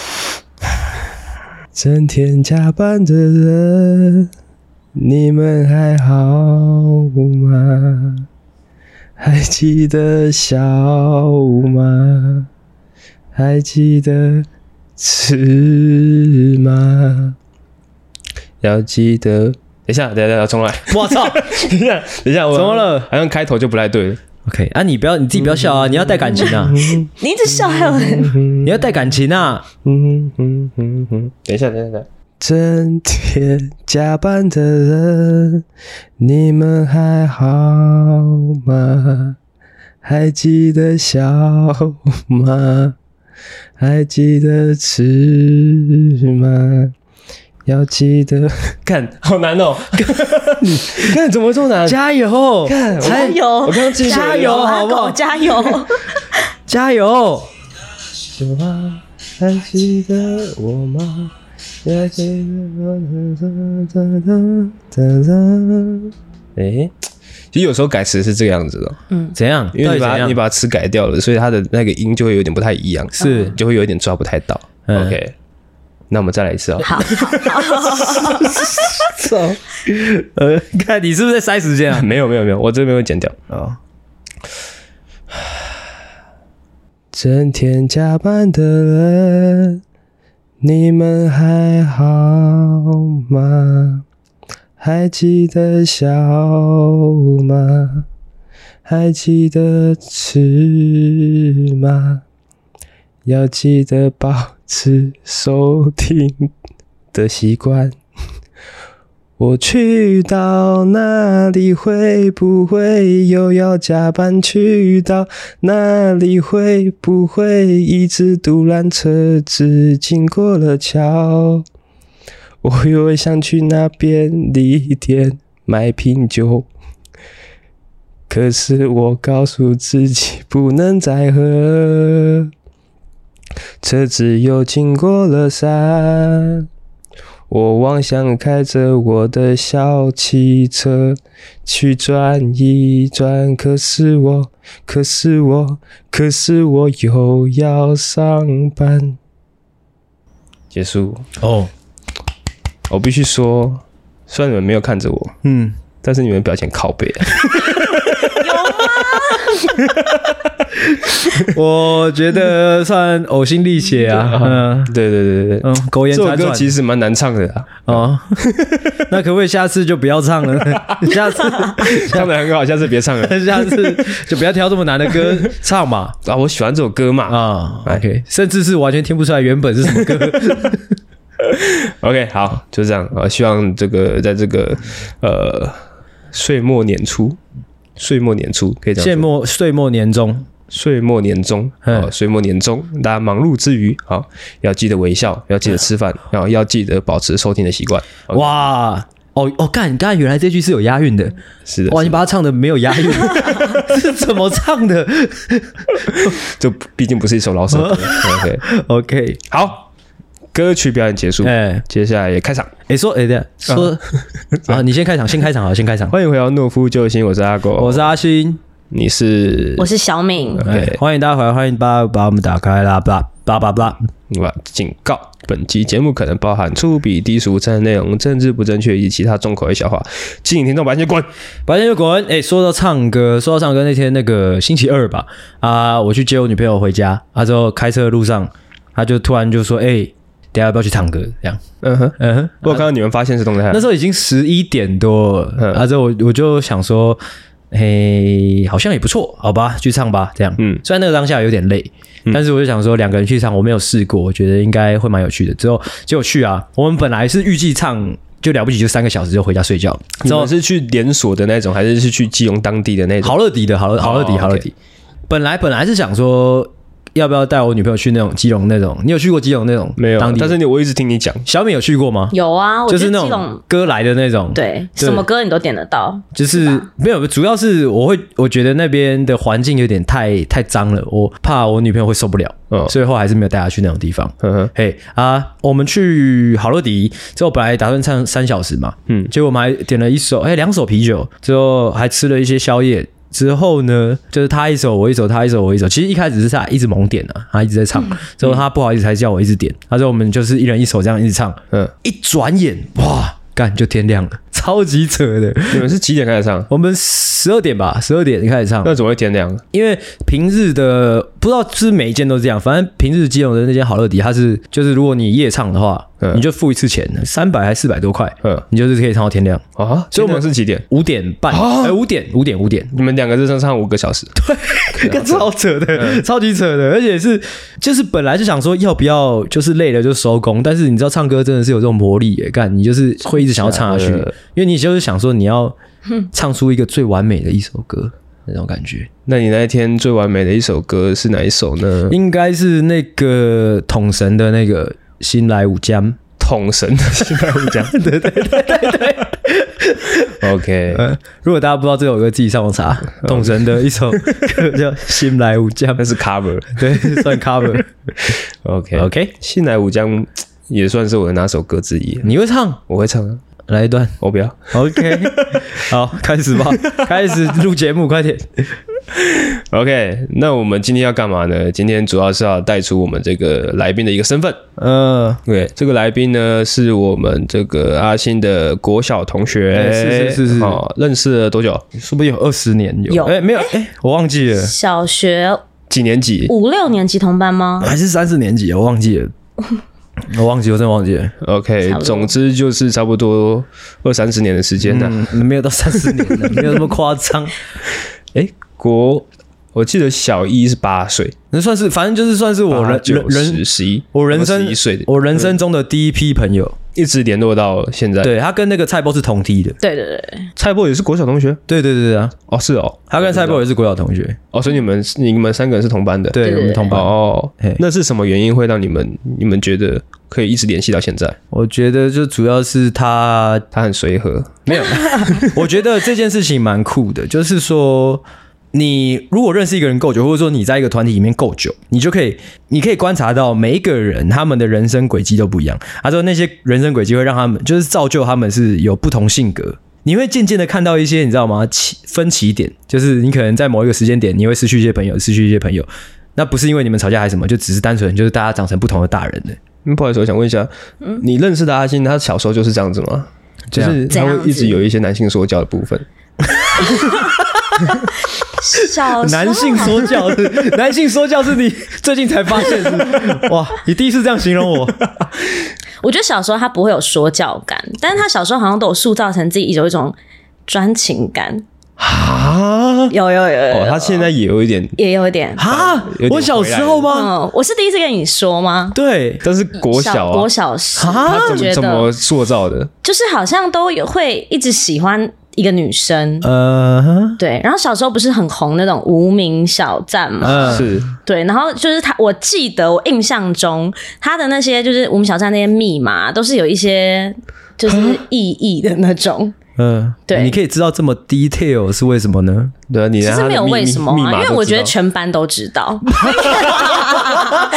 整天加班的人。你们还好吗？还记得笑吗？还记得吃吗？要记得。等一下，重来。 我操！ 等一下， 怎么了？ 好像开头就不太对了。 OK， 啊，你自己不要笑啊，你要带感情啊。 你一直笑还有你要带感情啊。 等一下。整天加班的人，你们还好吗？还记得笑吗？还记得吃吗？要记得看，好难哦！你看怎么这么难？ 加油！ 加油！ 我刚刚记加油，好不好？ 加油！ 加油！ 有吗？还记得我吗？还记得其实有时候改词是这个样子的， 怎样？ 因为你把词改掉了，所以它的那个音就会有点不太一样， 是就会有一点抓不太到。OK， 那我们再来一次哦。 好， 看你是不是在塞时间啊？ 没有，我这边会剪掉。整天加班的人。你们还好吗？还记得笑吗？还记得吃吗？要记得保持收听的习惯。我去到哪里，会不会又要加班？去到哪里，会不会一直堵拦车子经过了桥？我又会想去那便利店买瓶酒，可是我告诉自己不能再喝。车子又经过了山，我妄想开着我的小汽车去转一转，可是我又要上班。结束哦。 我必须说，虽然你们没有看着我，但是你们表情靠背。 有吗？ 我觉得算呕心沥血啊！ 对， 苟延残喘。 这首歌其实蛮难唱的啊。 那可不可以下次就不要唱了？下次唱得很好，下次别唱了。 下次就不要挑这么难的歌唱嘛。 我喜欢这首歌嘛。 OK， 甚至是完全听不出来原本是什么歌。 OK， 好，就这样。希望这个在这个岁末年初可以这样说。 岁末年终， 岁末年终，大家忙碌之余，好，要记得微笑，要记得吃饭，然后要记得保持收听的习惯。 哇，干，你刚才原来这句是有押韵的， 是的。 哇，你把它唱的没有押韵，是怎么唱的？ 这毕竟不是一首老舍歌。OK， OK， 好。 歌曲表演结束，接下来也开场。 说啊，你先开场，先开场。 欢迎回到懦夫救星，我是阿狗， 我是阿星， 我是小敏。 欢迎大家回来，欢迎把我们打开啦， 警告：本集节目可能包含粗鄙、低俗、真的内容、政治不正确以及其他重口味笑话，敬请听众白天滚。 说到唱歌那天那个星期二吧，我去接我女朋友回家，之后开车的路上，他就突然就说，等一下要不要去唱歌？这样， 我有看到你们发现实动态， 那时候已经11点多了，之后我就想说，好像也不错，好吧，去唱吧，这样。虽然那个当下有点累，但是我就想说，2个人去唱，我没有试过，我觉得应该会蛮有趣的。之后结果去啊，我们本来是预计唱就了不起就3个小时就回家睡觉。 你们是去连锁的那种，还是去基隆当地的那种？ 好乐迪的，好乐迪。本来是想说，要不要带我女朋友去那种基隆那种？你有去过基隆那种？ 没有，但是我一直听你讲。 小敏有去过吗？ 有啊， 就是那种歌来的那种。 对，什么歌你都点得到。就是没有，主要是我觉得那边的环境有点太脏了，我怕我女朋友会受不了，所以后来还是没有带她去那种地方。我们去好乐迪之后，本来打算唱3小时嘛，结果我们还点了2手啤酒，之后还吃了一些宵夜。之后呢，就是他一首我一首，他一首我一首。其实一开始是他一直猛点啊，他一直在唱。之后他不好意思才叫我一直点。之后我们就是一人一首这样一直唱。一转眼哇，干就天亮了，超级扯的。 你们是几点开始唱？ 我们12点吧，12点开始唱。 那怎么会天亮？ 因为平日的不知道是不是每一间都这样，反正平日基隆的那间好乐迪，它是就是如果你夜唱的话，你就付一次钱，300还400多块，你就是可以唱到天亮啊。所以我们是几点 ？5点半，5点。你们2个是唱5个小时， 对，超扯的，超级扯的，而且就是本来就想说要不要就是累了就收工，但是你知道唱歌真的是有这种魔力耶，干你就是会一直想要唱下去，因为你就是想说你要唱出一个最完美的一首歌。那种感觉。 那你那一天最完美的一首歌是哪一首呢？ 应该是那个统神的那个新来武江。 统神的新来武江。 对。 OK， 如果大家不知道这首歌，自己上网查。统神的一首歌叫《新来武江》， 那是 cover， 对，算 cover。OK， 新来武江也算是我的哪首歌之一。 你会唱？ 我会唱啊。 来一段， 我不要。 OK， 好，开始吧，开始录节目，快点。 OK， 那我们今天要干嘛呢？今天主要是要带出我们这个来宾的一个身份。对，这个来宾呢是我们这个阿星的国小同学。 是， 认识了多久？ 是不是有20年？ 有？ 没有？我忘记了。 小学几年级 ？5、6年级同班吗？ 还是3、4年级？我忘记了。我真的忘记了。 OK， 总之就是差不多20-30年的时间了。 没有到30年了，没有那么夸张。 我记得小一是8岁， 那算是，反正就是算是我 11， 我人生 11岁的， 我人生中的第一批朋友， 一直联络到现在。 对，他跟那个蔡波是同梯的。 对， 蔡波也是国小同学。 对啊。 哦，是哦， 他跟蔡波也是国小同学。 哦，所以你们3个人是同班的。 对，我们同班。 哦，那是什么原因会让你们觉得可以一直联系到现在？ 我觉得就主要是他很随和。 没有，我觉得这件事情蛮酷的，就是说。你如果认识一个人够久，或者说你在一个团体里面够久，你可以观察到每一个人他们的人生轨迹都不一样。他说那些人生轨迹会让他们就是造就他们是有不同性格。你会渐渐的看到一些你知道吗？分歧点，就是你可能在某一个时间点你会失去一些朋友，那不是因为你们吵架还是什么，就只是单纯就是大家长成不同的大人了。 不好意思，我想问一下，你认识的阿星，他小时候就是这样子吗？就是他会一直有一些男性说教的部分。 男性说教是你最近才发现是？哇，你第一次这样形容我。 我觉得小时候他不会有说教感，但是他小时候好像都有塑造成自己有一种专情感。有， 他现在也有一点我小时候吗？ 我是第一次跟你说吗？ 对， 但是国小时他怎么塑造的？ 就是好像都会一直喜欢一个女生，对，然后小时候不是很红那种无名小站嘛， 是， 对，然后就是我记得我印象中他的那些就是无名小站那些密码都是有一些就是意义的那种。 对，你可以知道这么 detail 是为什么呢？ 对，你其实没有为什么因为我觉得全班都知道，所以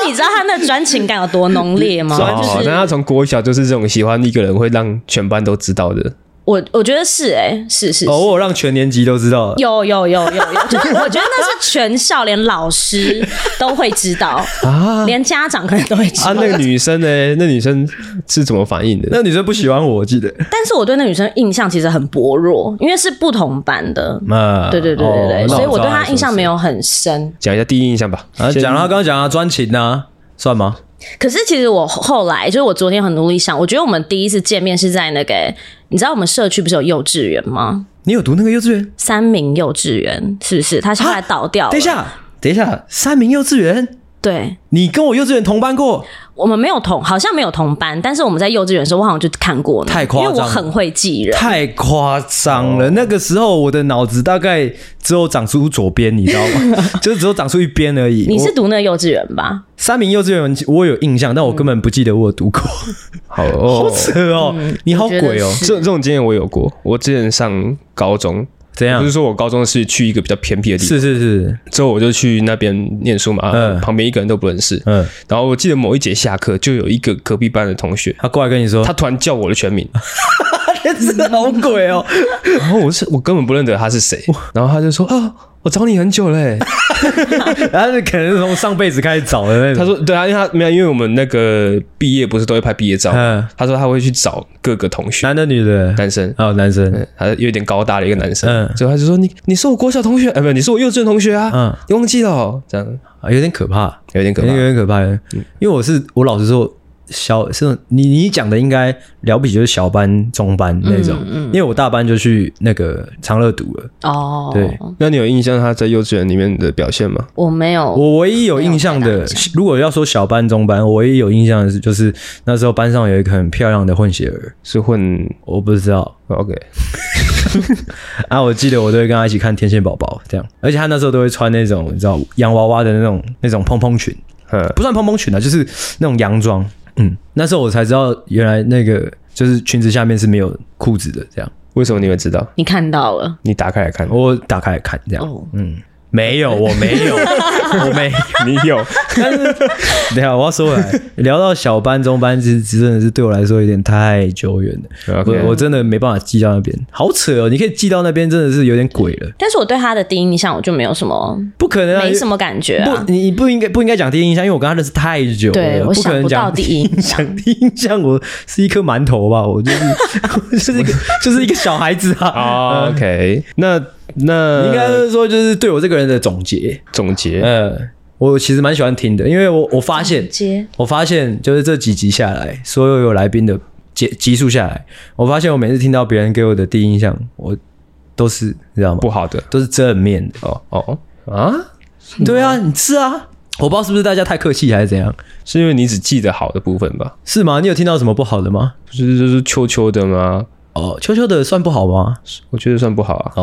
你知道他那专情感有多浓烈吗？ 但他从国小就是这种喜欢一个人会让全班都知道的。 我觉得是是我有让全年级都知道了。 有，就是我觉得那是全校连老师都会知道啊，连家长可能都会知道。 那个女生呢？那女生是怎么反应的？ 那女生不喜欢我记得。 但是我对那女生印象其实很薄弱，因为是不同班的。对，所以我对她印象没有很深。 讲一下第一印象吧。 讲了，刚刚讲了专情啊，算吗？ 可是其实我后来就是我昨天很努力想，我觉得我们第一次见面是在那个，你知道我们社区不是有幼稚园吗？ 你有读那个幼稚园？ 三民幼稚园是不是？他现在倒掉了。 等一下，三民幼稚园？ 对， 你跟我幼稚园同班过？ 我们好像没有同班，但是我们在幼稚园的时候，我好像就看过。 太夸张， 因为我很会记人。 太夸张了，那个时候我的脑子大概只有长出左边，你知道吗？就是只有长出一边而已。 你是读那个幼稚园吧？ 三民幼稚园我有印象，但我根本不记得我有读过。好扯哦，你好鬼哦！ 这种经验我有过。我之前上高中。 怎样？ 不是说我高中是去一个比较偏僻的地方， 是。 之后我就去那边念书嘛，旁边一个人都不认识。然后我记得某一节下课，就有一个隔壁班的同学， 他过来跟你说， 他突然叫我的全名， 真的好鬼哦！ 然后我根本不认得他是谁，然后他就说我找你很久了， 然后可能是从上辈子开始找的那种。 他说对啊，因为我们那个毕业不是都会拍毕业照，他说他会去找各个同学， 男的女的， 男生男生， 他有点高大的一个男生，所以他就说你是我国小同学，不，你是我幼稚园同学啊，你忘记了这样有点可怕， 有点可怕，因为我老实说。你讲的应该了不起就是小班中班那种，因为我大班就去那个长乐读了。 哦， 对， 那你有印象他在幼稚园里面的表现吗？ 我没有， 我唯一有印象的，如果要说小班中班，我唯一有印象的就是那时候班上有一个很漂亮的混血儿， 是混我不知道 ，OK 我记得我都会跟他一起看天线宝宝这样，而且他那时候都会穿那种你知道洋娃娃的那种蓬蓬裙，不算蓬蓬裙啊，就是那种洋装。那时候我才知道，原来那个就是裙子下面是没有裤子的，这样。为什么你会知道？ 你看到了？ 你打开来看？ 我打开来看，这样。没有，我没有， 你有。 但是，等一下我要说回来，聊到小班、中班，其实真的是对我来说有点太久远了。我真的没办法记到那边，好扯哦！你可以记到那边，真的是有点鬼了。 但是我对他的第一印象，我就没有什么， 不可能， 没什么感觉啊。 你不应该讲第一印象，因为我跟他认识太久了， 对，我想不到第一印象。 第一印象，我是一颗馒头吧，我就是一个小孩子啊。 OK， 那应该是说，就是对我这个人的总结。我其实蛮喜欢听的，因为我发现就是这几集下来，所有来宾的集数下来，我发现我每次听到别人给我的第一印象，我都是你知道吗？ 不好的， 都是正面的。对啊，你是啊。我不知道是不是大家太客气还是怎样， 是因为你只记得好的部分吧？ 是吗？你有听到什么不好的吗？ 不是就是秋秋的吗？ 秋秋的算不好吗？ 我觉得算不好啊。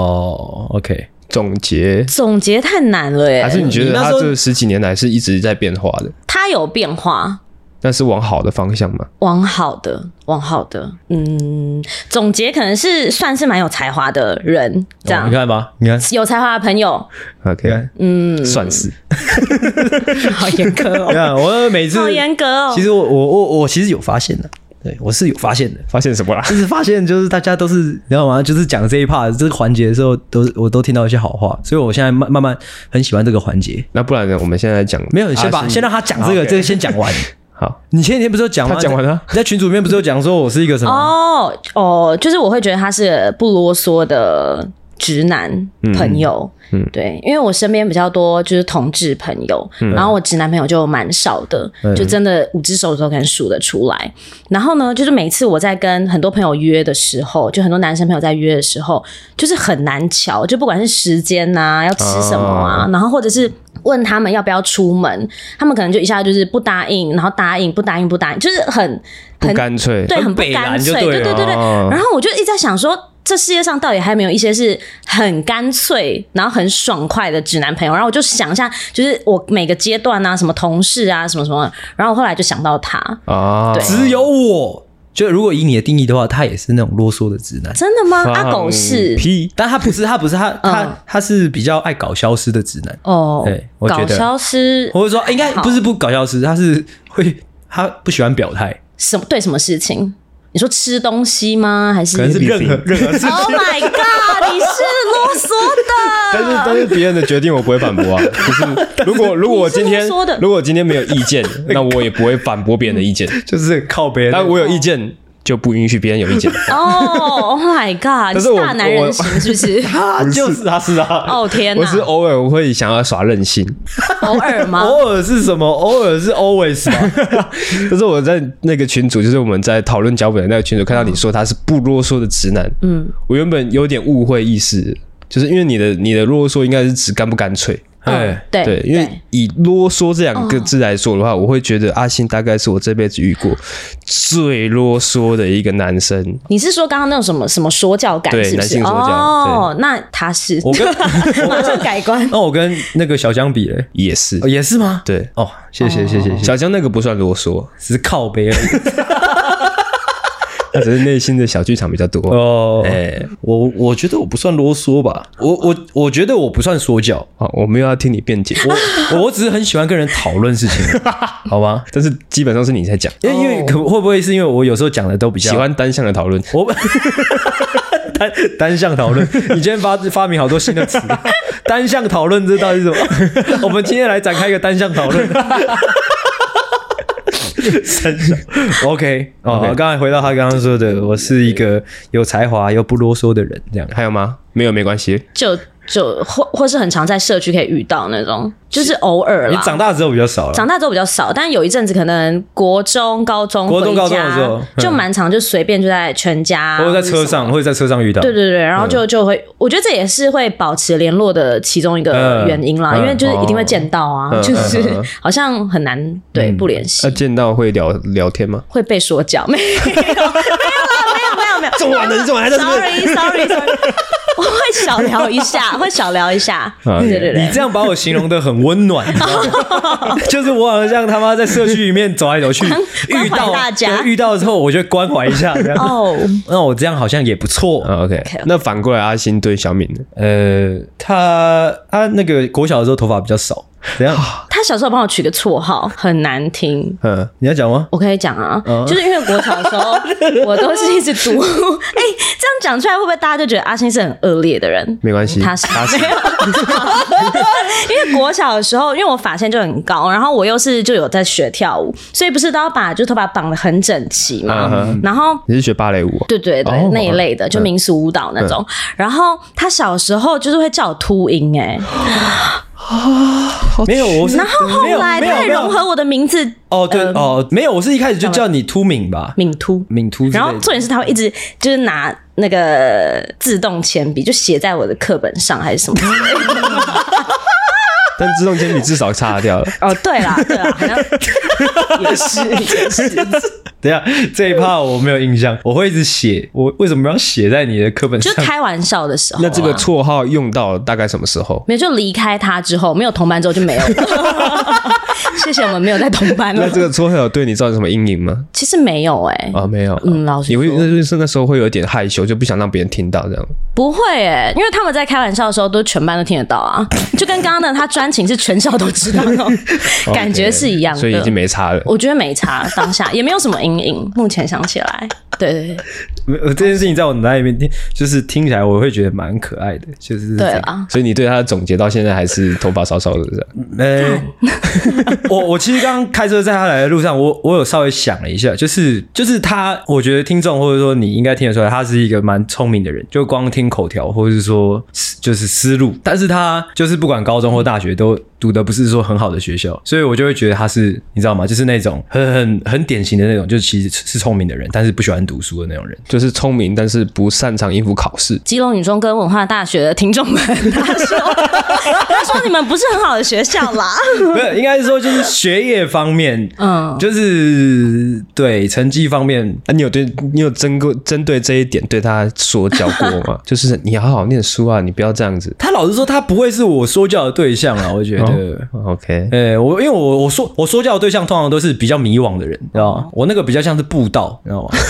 OK， 总结太难了耶。 还是你觉得他这10几年来是一直在变化的？ 他有变化， 但是往好的方向吗？ 往好的。总结可能是算是蛮有才华的人，这样。 你看吧，你看有才华的朋友。 OK， 算是。 好严格哦。 你看我每次好严格哦。 其实我其实有发现的。对，我是有发现的。 发现什么啦？ 就是发现，就是大家都是，你知道吗？就是讲这一 part 这个环节的时候，我都听到一些好话，所以我现在慢慢很喜欢这个环节。 那不然呢？我们现在讲， 没有，你先让他讲这个，这个先讲完。 好， 你前几天不是有讲吗？ 他讲完了。 你在群组里面不是有讲说我是一个什么？ 就是我会觉得他是不啰嗦的直男朋友。对，因为我身边比较多就是同志朋友，然后我直男朋友就蛮少的，就真的5只手指头可能数得出来。然后呢，就是每次我在跟很多朋友约的时候，就很多男生朋友在约的时候，就是很难瞧，就不管是时间啊，要吃什么啊，然后或者是问他们要不要出门，他们可能就一下就是不答应，然后答应不答应不答应，就是很不干脆， 对，很不干脆，对。然后我就一直在想说，这世界上到底还没有一些是很干脆，然后很爽快的直男朋友。然后我就想一下，就是我每个阶段啊，什么同事啊，什么什么，然后后来就想到他对，只有我就如果以你的定义的话，他也是那种啰嗦的直男。 真的吗？阿狗是， 但他不是，他是比较爱搞消失的直男。哦，对，我觉得搞消失， 或者说应该不是不搞消失，他不喜欢表态。 对什么事情？你说吃东西吗？还是可能是任何事情 ？Oh my god！ 你是啰嗦的。 但是别人的决定我不会反驳啊。就是如果我今天没有意见，那我也不会反驳别人的意见。 就是靠别人。 但我有意见。就不允许别人有意见。 Oh my god！ 你是大男人型是不是？ 他是啊。 哦天哪！ 我是偶尔会想要耍任性。 偶尔吗？ 偶尔是什么？偶尔是 always 吗？ 就是我在那个群组，就是我们在讨论脚本的那个群组，看到你说他是不啰嗦的直男。我原本有点误会意识，就是因为你的啰嗦应该是指干不干脆。 对， 因为以啰嗦这两个字来说的话，我会觉得阿信大概是我这辈子遇过最啰嗦的一个男生。 你是说刚刚那种什么说教感是不是？ 对，男性说教。 哦，那他是我马上改观。 那我跟那个小江比嘞， 也是， 也是吗？ 对， 哦，谢谢。 小江那个不算啰嗦， 只是靠背而已。 他只是内心的小剧场比较多哦。我觉得我不算啰嗦吧，我觉得我不算说教。 我没有要听你辩解， 我只是很喜欢跟人讨论事情，好吗？ 但是基本上是你在讲， 因为会不会是因为我有时候讲的都比较喜欢单向的讨论？ 单向讨论，你今天发明好多新的词，单向讨论这到底是什么？我们今天来展开一个单向讨论。OK， 刚才回到他刚刚说的，我是一个有才华又不啰嗦的人，这样还有吗？没关系， 就或是很常在社区可以遇到那种，就是偶尔啦。 你长大之后比较少了， 但有一阵子可能国中、高中的时候就蛮常，就随便就在全家或者在车上遇到。 对，然后就会，我觉得这也是会保持联络的其中一个原因啦，因为就是一定会见到啊，就是好像很难不联系。 那见到会聊天吗？ 会被说教？没有， 这么晚了，你怎么还在这边 ？Sorry， 我会小聊一下。对， 你这样把我形容的很温暖，就是我好像他妈在社区里面走来走去，遇到之后我就关怀一下，这样。哦，那我这样好像也不错。 OK， 那反过来阿星对小敏呢？ 他那个国小的时候头发比较少。怎样？ 他小时候帮我取个绰号，很难听。 你要讲吗？ 我可以讲啊，就是因为国小的时候，我都是一直读。这样讲出来会不会大家就觉得阿星是很恶劣的人？ 没关系， 他是。因为国小的时候，因为我发线就很高，然后我又是就有在学跳舞，所以不是都要把就头发绑得很整齐嘛。然后你是学芭蕾舞？ 对，那一类的，就民俗舞蹈那种。然后他小时候就是会叫我秃鹰没有， 然后后来他也融合我的名字。 没有，我是一开始就叫你秃敏吧， 敏秃。然后重点是他会一直就是拿那个自动铅笔就写在我的课本上还是什么之类的。 但自动铅笔至少擦掉了。 对啦，好像也是。 等一下，这一趴我没有印象，我会一直写。我为什么要写在你的课本上？ 就开玩笑的时候。 那这个绰号用到大概什么时候？ 没有，就离开他之后，没有同班之后就没有了。谢谢，我们没有在同班了。 那这个绰号有对你造成什么阴影吗？ 其实没有没有。 老实说， 你会那时候会有一点害羞，就不想让别人听到这样。 不会因为他们在开玩笑的时候，都全班都听得到啊，就跟刚刚的他专情是全校都知道那种感觉是一样的， 所以已经没差了。 我觉得没差，当下也没有什么阴影。目前想起来，对， 这件事情在我脑袋里面就是听起来我会觉得蛮可爱的，就是对啊。 所以你对他的总结到现在还是头发少少的这样。 我其实刚刚开车在他来的路上，我有稍微想了一下，就是他，我觉得听众或者说你应该听得出来，他是一个蛮聪明的人，就光听口条或者是说就是思路，但是他就是不管高中或大学都读的不是说很好的学校，所以我就会觉得他是你知道吗？就是那种很典型的那种，就是其实是聪明的人，但是不喜欢读书的那种人。 就就是聪明，但是不擅长应付考试。 基隆女中跟文化大学的听众们，他说你们不是很好的学校啦。 没有，应该是说就是学业方面，就是对成绩方面， 你有针对这一点对他说教过吗？就是你好好念书啊，你不要这样子。 他老实说，他不会是我说教的对象啊，我觉得。 OK， 因为我说教的对象通常都是比较迷惘的人，知道吗？我那个比较像是布道，你知道吗？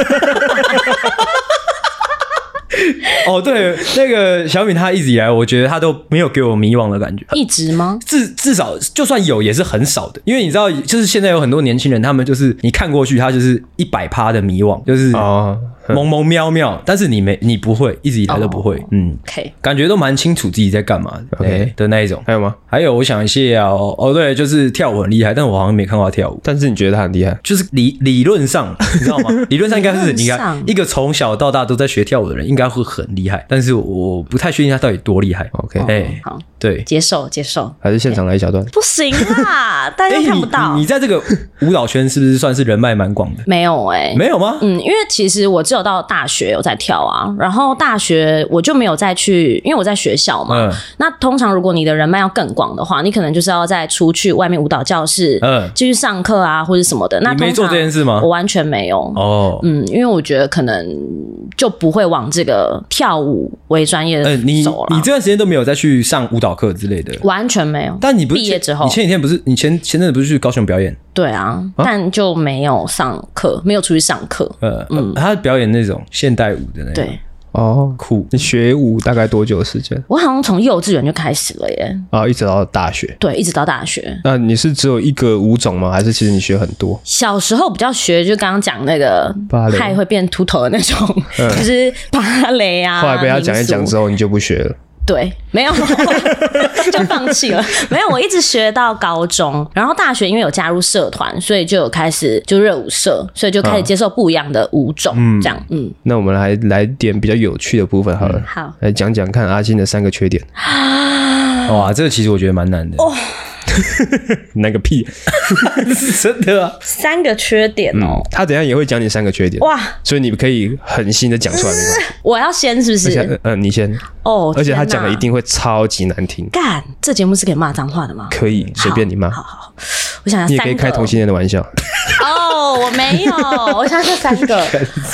哦，对，那个小敏她一直以来，我觉得她都没有给我迷惘的感觉。 一直吗？ 至少就算有，也是很少的。因为你知道，就是现在有很多年轻人，他们就是你看过去，他就是100%的迷惘，就是蒙蒙妙妙，但是你不会，一直以来都不会。 OK， 感觉都蛮清楚自己在干嘛的 OK 的那一种。 还有吗？ 还有，我想一下对，就是跳舞很厉害，但我好像没看过他跳舞。 但是你觉得他很厉害？ 就是理论上，你知道吗？理论上应该是你看一个从小到大都在学跳舞的人，应该会很厉害。但是我不太确定他到底多厉害。 OK， 好， 对， 接受， 还是现场来一小段？ 不行啦，大家看不到。 你在这个舞蹈圈是不是算是人脉蛮广的？ 没有没有吗？ 因为其实我只有到大学有在跳啊，然后大学我就没有再去，因为我在学校嘛。那通常如果你的人脉要更广的话，你可能就是要再出去外面舞蹈教室，继续上课啊，或者什么的。那你没做这件事吗？ 我完全没有。因为我觉得可能就不会往这个跳舞为专业的走了。 你这段时间都没有再去上舞蹈课之类的， 完全没有。 但你不是毕业之后， 你前几天不是你前阵子不是去高雄表演？ 对啊，但就没有上课，没有出去上课。 他表演那种现代舞的那种。 对。 酷！ 你学舞大概多久的时间？ 我好像从幼稚园就开始了耶。 一直到大学。 对，一直到大学。 那你是只有一个舞种吗？还是其实你学很多？ 小时候比较学，就刚刚讲那个害会变秃头的那种，就是芭蕾啊。 后来被他讲一讲之后，你就不学了。 对，没有就放弃了。没有，我一直学到高中，然后大学因为有加入社团，所以就有开始就热舞社，所以就开始接受不一样的舞种，这样。 那我们来点比较有趣的部分好了。 好， 来讲讲看阿金的3个缺点。 哇，这个其实我觉得蛮难的。 难个屁！ 真的啊 ，3个缺点哦。 他等一下也会讲你3个缺点哇，所以你可以狠心的讲出来，没关系。 我要先是不是？ 你先而且他讲的一定会超级难听。 干，这节目是可以骂脏话的吗？ 可以，随便你骂。 好，我想想， 你也可以开同性恋的玩笑。 我没有，我想想3个。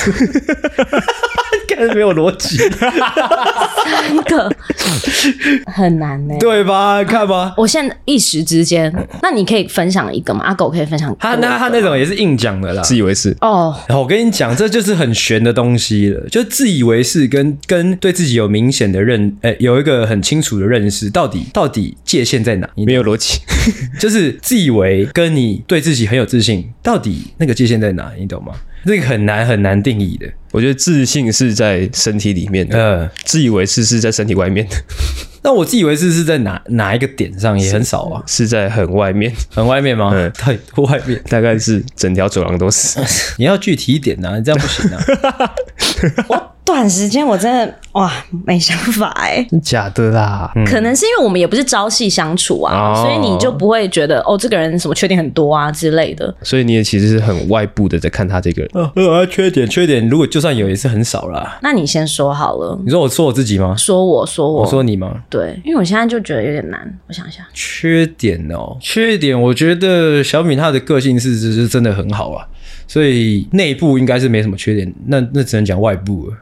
看没有逻辑 ，3个很难呢， 对吧？看吧， 我现在一时之间，那你可以分享一个吗？阿狗可以分享他那种也是硬讲的啦， 自以为是然后我跟你讲，这就是很玄的东西了，就自以为是跟对自己有明显的有一个很清楚的认识，到底界限在哪？ 没有逻辑， 就是自以为跟你对自己很有自信，到底那个界限在哪？你懂吗？这个很难定义的。 我觉得自信是在身体里面的，自以为是在身体外面的。 那我自以为是在哪一个点上也很少啊， 是在很外面， 很外面吗？太外面， 大概是整条走廊都是。 你要具体一点啊，你这样不行啊。 我短时间我真的没想法假的啦。 可能是因为我们也不是朝夕相处啊，所以你就不会觉得这个人什么缺点很多啊之类的。 所以你也其实是很外部的在看他这个人。 缺点，如果就算有也是很少啦。 那你先说好了。 你说我说我自己吗？ 说我说你吗？ 对，因为我现在就觉得有点难。我想一下， 缺点，我觉得小敏她的个性是真的很好啊，所以内部应该是没什么缺点，那只能讲外部了。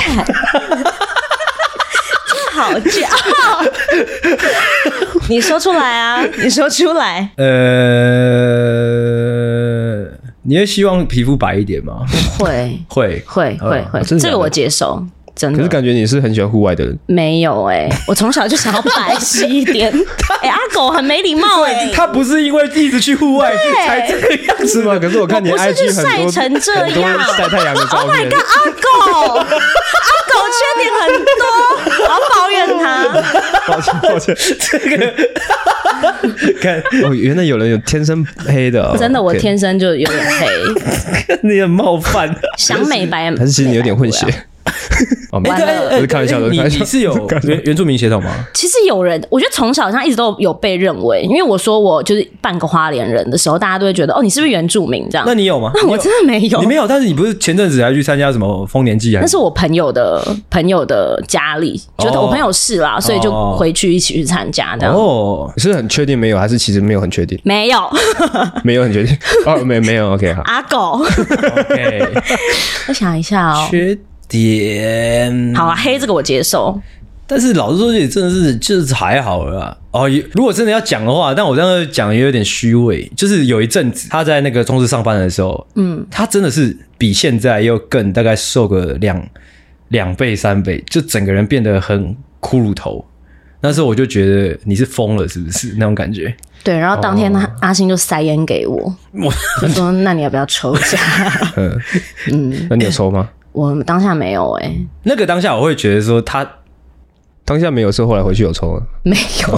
这好叫，你说出来啊！你说出来。 你会希望皮肤白一点吗？ 会，这个我接受。真的， 可是感觉你是很喜欢户外的人。 没有我从小就想要白皙一点。阿狗很没礼貌他不是因为一直去户外才这个样子吗？ 可是我看你 IG 晒成这样， 很多晒太阳的照片。 Oh my god， 阿狗缺点很多，我要抱怨他。 抱歉，这个看原来有人有天生黑的真的，我天生就有点黑。 你很冒犯， 想美白还是其实你有点混血？ 完了，是开玩笑的。 你是有原住民血统吗？ 其实有人，我觉得从小好像一直都有被认为，因为我说我就是半个花莲人的时候，大家都会觉得你是不是原住民这样？ 那你有吗？ 那我真的没有， 你没有。但是你不是前阵子还去参加什么丰年祭？ 那是我朋友的家里，觉得我朋友是啦，所以就回去一起去参加这样。 你是很确定没有，还是其实没有很确定？ 没有， 没有很确定。没有。OK， 好。 阿狗。 OK， 我想一下缺点。 好啦，黑这个我接受。 但是老实说，也真的是就是还好了啦。如果真的要讲的话，但我这样讲也有点虚伪。就是有一阵子他在那个中视上班的时候，他真的是比现在又更大概瘦个2倍3倍，就整个人变得很骷髅头。那时候我就觉得你是疯了是不是那种感觉？ 对，然后当天阿星就塞烟给我，他说：“那你要不要抽一下？” 那你有抽吗？ 我当下没有那个当下我会觉得说他当下没有，是后来回去有抽了， 没有。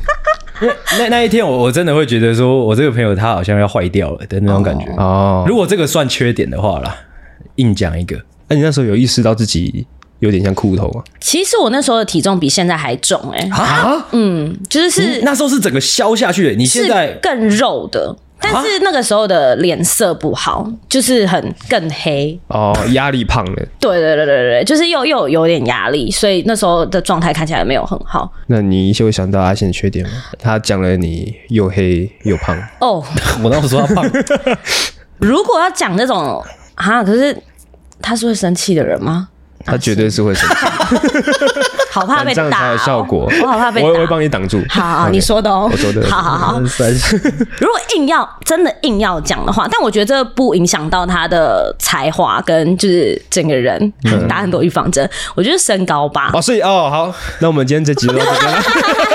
Okay. 那一天我真的会觉得说我这个朋友他好像要坏掉了的那种感觉。如果这个算缺点的话啦，硬讲一个。 那你那时候有意识到自己有点像骷头吗？ 其实我那时候的体重比现在还重就是那时候是整个消下去的，你现在是更肉的，但是那个时候的脸色不好，就是更黑压力胖了。 对，就是又有点压力，所以那时候的状态看起来没有很好。 那你就会想到阿信的缺点吗？他讲了你又黑又胖我那时候说他胖。 如果要讲那种可是他是会生气的人吗？ 他绝对是会生气， 好怕被打才有效果。 我好怕被打， 我会帮你挡住。 好，你说的我说的。 好。如果真的硬要讲的话，但我觉得这不影响到他的才华跟就是整个人打很多预防针。我觉得身高吧。 所以好，那我们今天这集就到这边了。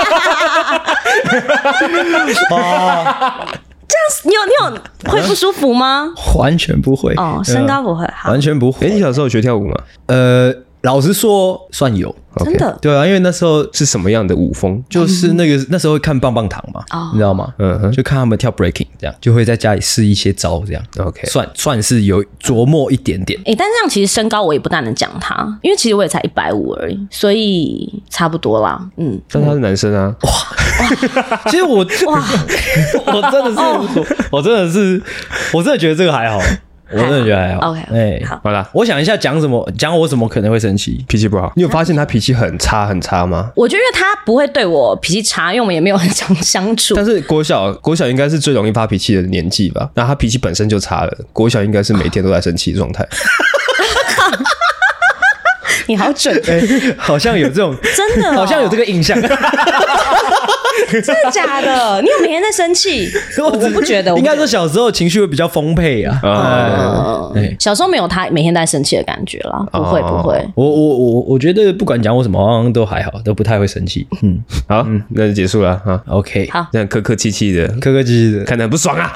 这样你有会不舒服吗？ 完全不会身高不会， 完全不会。 你小时候有学跳舞吗？ 老实说算有。 真的？ 对啊，因为那时候是什么样的舞风？ 就是那时候会看棒棒糖嘛，你知道吗？就看他们跳 breaking， 这样就会在家里试一些招，这样 OK， 算是有琢磨一点点。 但这样其实身高我也不大能讲他，因为其实我也才150而已，所以差不多啦。 但他是男生啊。 哇，其实我真的觉得这个还好。我真的觉得还好。 OK， 好啦，我想一下讲我什么可能会生气？ 脾气不好。你有发现他脾气很差吗？ 我觉得他不会对我脾气差，因为我们也没有很常相处。 但是国小应该是最容易发脾气的年纪吧？那他脾气本身就差了，国小应该是每天都在生气的状态。 你好准， 好像有这种真的好像有这个印象。 真的假的？你有每天在生气？我不觉得。 应该说小时候情绪会比较丰沛啊。 小时候没有他每天在生气的感觉啦。不会。 我觉得不管讲我什么，好像都还好，都不太会生气。 好，那就结束了哈。 OK， 好， 这样客客气气的，看得很不爽啊。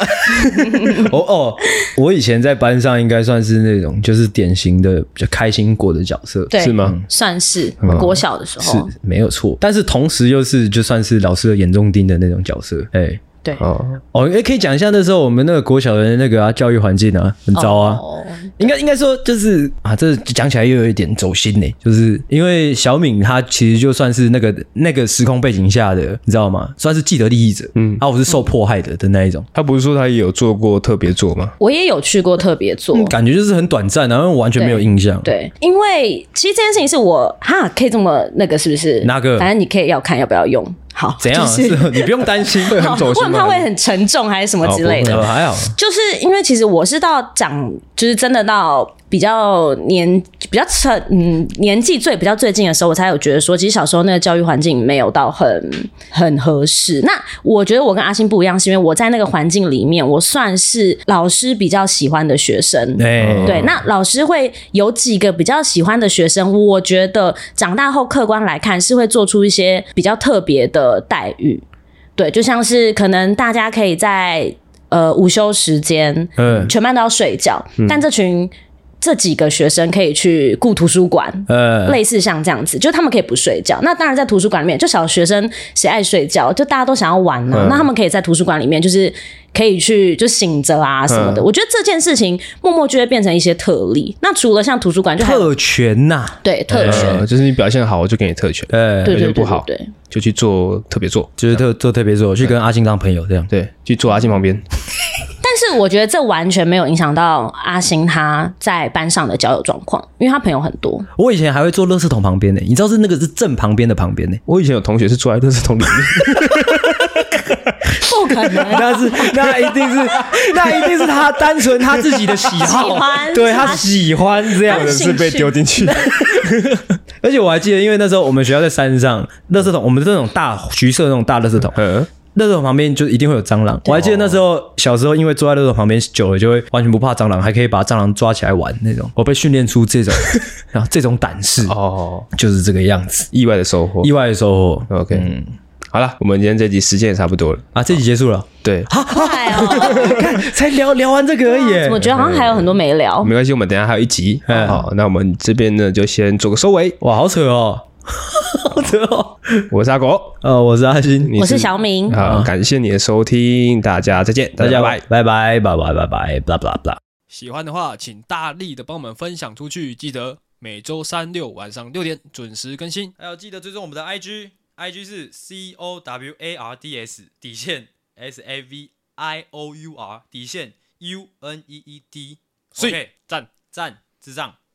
我以前在班上应该算是那种就是典型的比较开心果的角色， 是吗？ 算是国小的时候是没有错，但是同时又是就算是老师的眼中钉的那种角色。 对可以讲一下那时候我们那个国小的那个教育环境啊，很糟啊。应该说就是这讲起来又有一点走心呢，就是因为小敏她其实就算是那个时空背景下的，你知道吗？算是既得利益者。我是受迫害的那一种。 他不是说他也有做过特别座吗？ 我也有去过特别座， 感觉就是很短暂，然后我完全没有印象。 对，因为其实这件事情是我可以这么是不是？ 哪个？ 反正你可以要看要不要用。好， 怎样？你不用担心会很走心吗？ 我很怕会很沉重还是什么之类的。 还好， 就是因为其实我是到就是真的到比较年纪比较最近的时候，我才有觉得说，其实小时候那个教育环境没有到很合适。那我觉得我跟阿星不一样，是因为我在那个环境里面，我算是老师比较喜欢的学生。对，那老师会有几个比较喜欢的学生，我觉得长大后客观来看是会做出一些比较特别的待遇。对，就像是可能大家可以在午休时间，全班都要睡觉，但这这几个学生可以去顾图书馆，类似像这样子，就他们可以不睡觉。那当然在图书馆里面，就小学生谁爱睡觉，就大家都想要玩啊。那他们可以在图书馆里面，就是可以去就醒着啊什么的。我觉得这件事情默默就会变成一些特例。那除了像图书馆，就还有特权呐， 对，特权， 就是你表现好，我就给你特权；表现不好，就去做特别座， 就是做特别座，去跟阿信当朋友这样。 对，去坐阿信旁边。 但是我觉得这完全没有影响到阿星他在班上的交友状况，因为他朋友很多。 我以前还会坐垃圾桶旁边呢，你知道是那个是正旁边的旁边呢。 我以前有同学是坐在垃圾桶里面。 不可能， 那一定是他单纯他自己的喜好，对他喜欢这样的是被丢进去。 而且我还记得，因为那时候我们学校在山上，垃圾桶我们这种大橘色那种大垃圾桶。垃圾桶旁边就一定会有蟑螂，我还记得那时候小时候，因为坐在垃圾桶旁边久了，就会完全不怕蟑螂，还可以把蟑螂抓起来玩那种。我被训练出这种胆识就是这个样子。 意外的收获。 OK，好了，我们今天这集时间也差不多了啊，这集结束了。对， 快哦， 看才聊完这个而已。 我觉得好像还有很多没聊。 没关系，我们等一下还有一集。好，那我们这边呢就先做个收尾。 哇，好扯哦。好扯哦！ 我是阿国， 我是阿星， 我是小明。 好，感谢你的收听，大家再见， 大家拜拜，blah blah blah。 喜欢的话，请大力的帮我们分享出去，记得每周3、6晚上6点准时更新， 还有记得追踪我们的 IG 是 COWARDS 底线 SAVIOUR 底线UNEED。OK， 赞智障。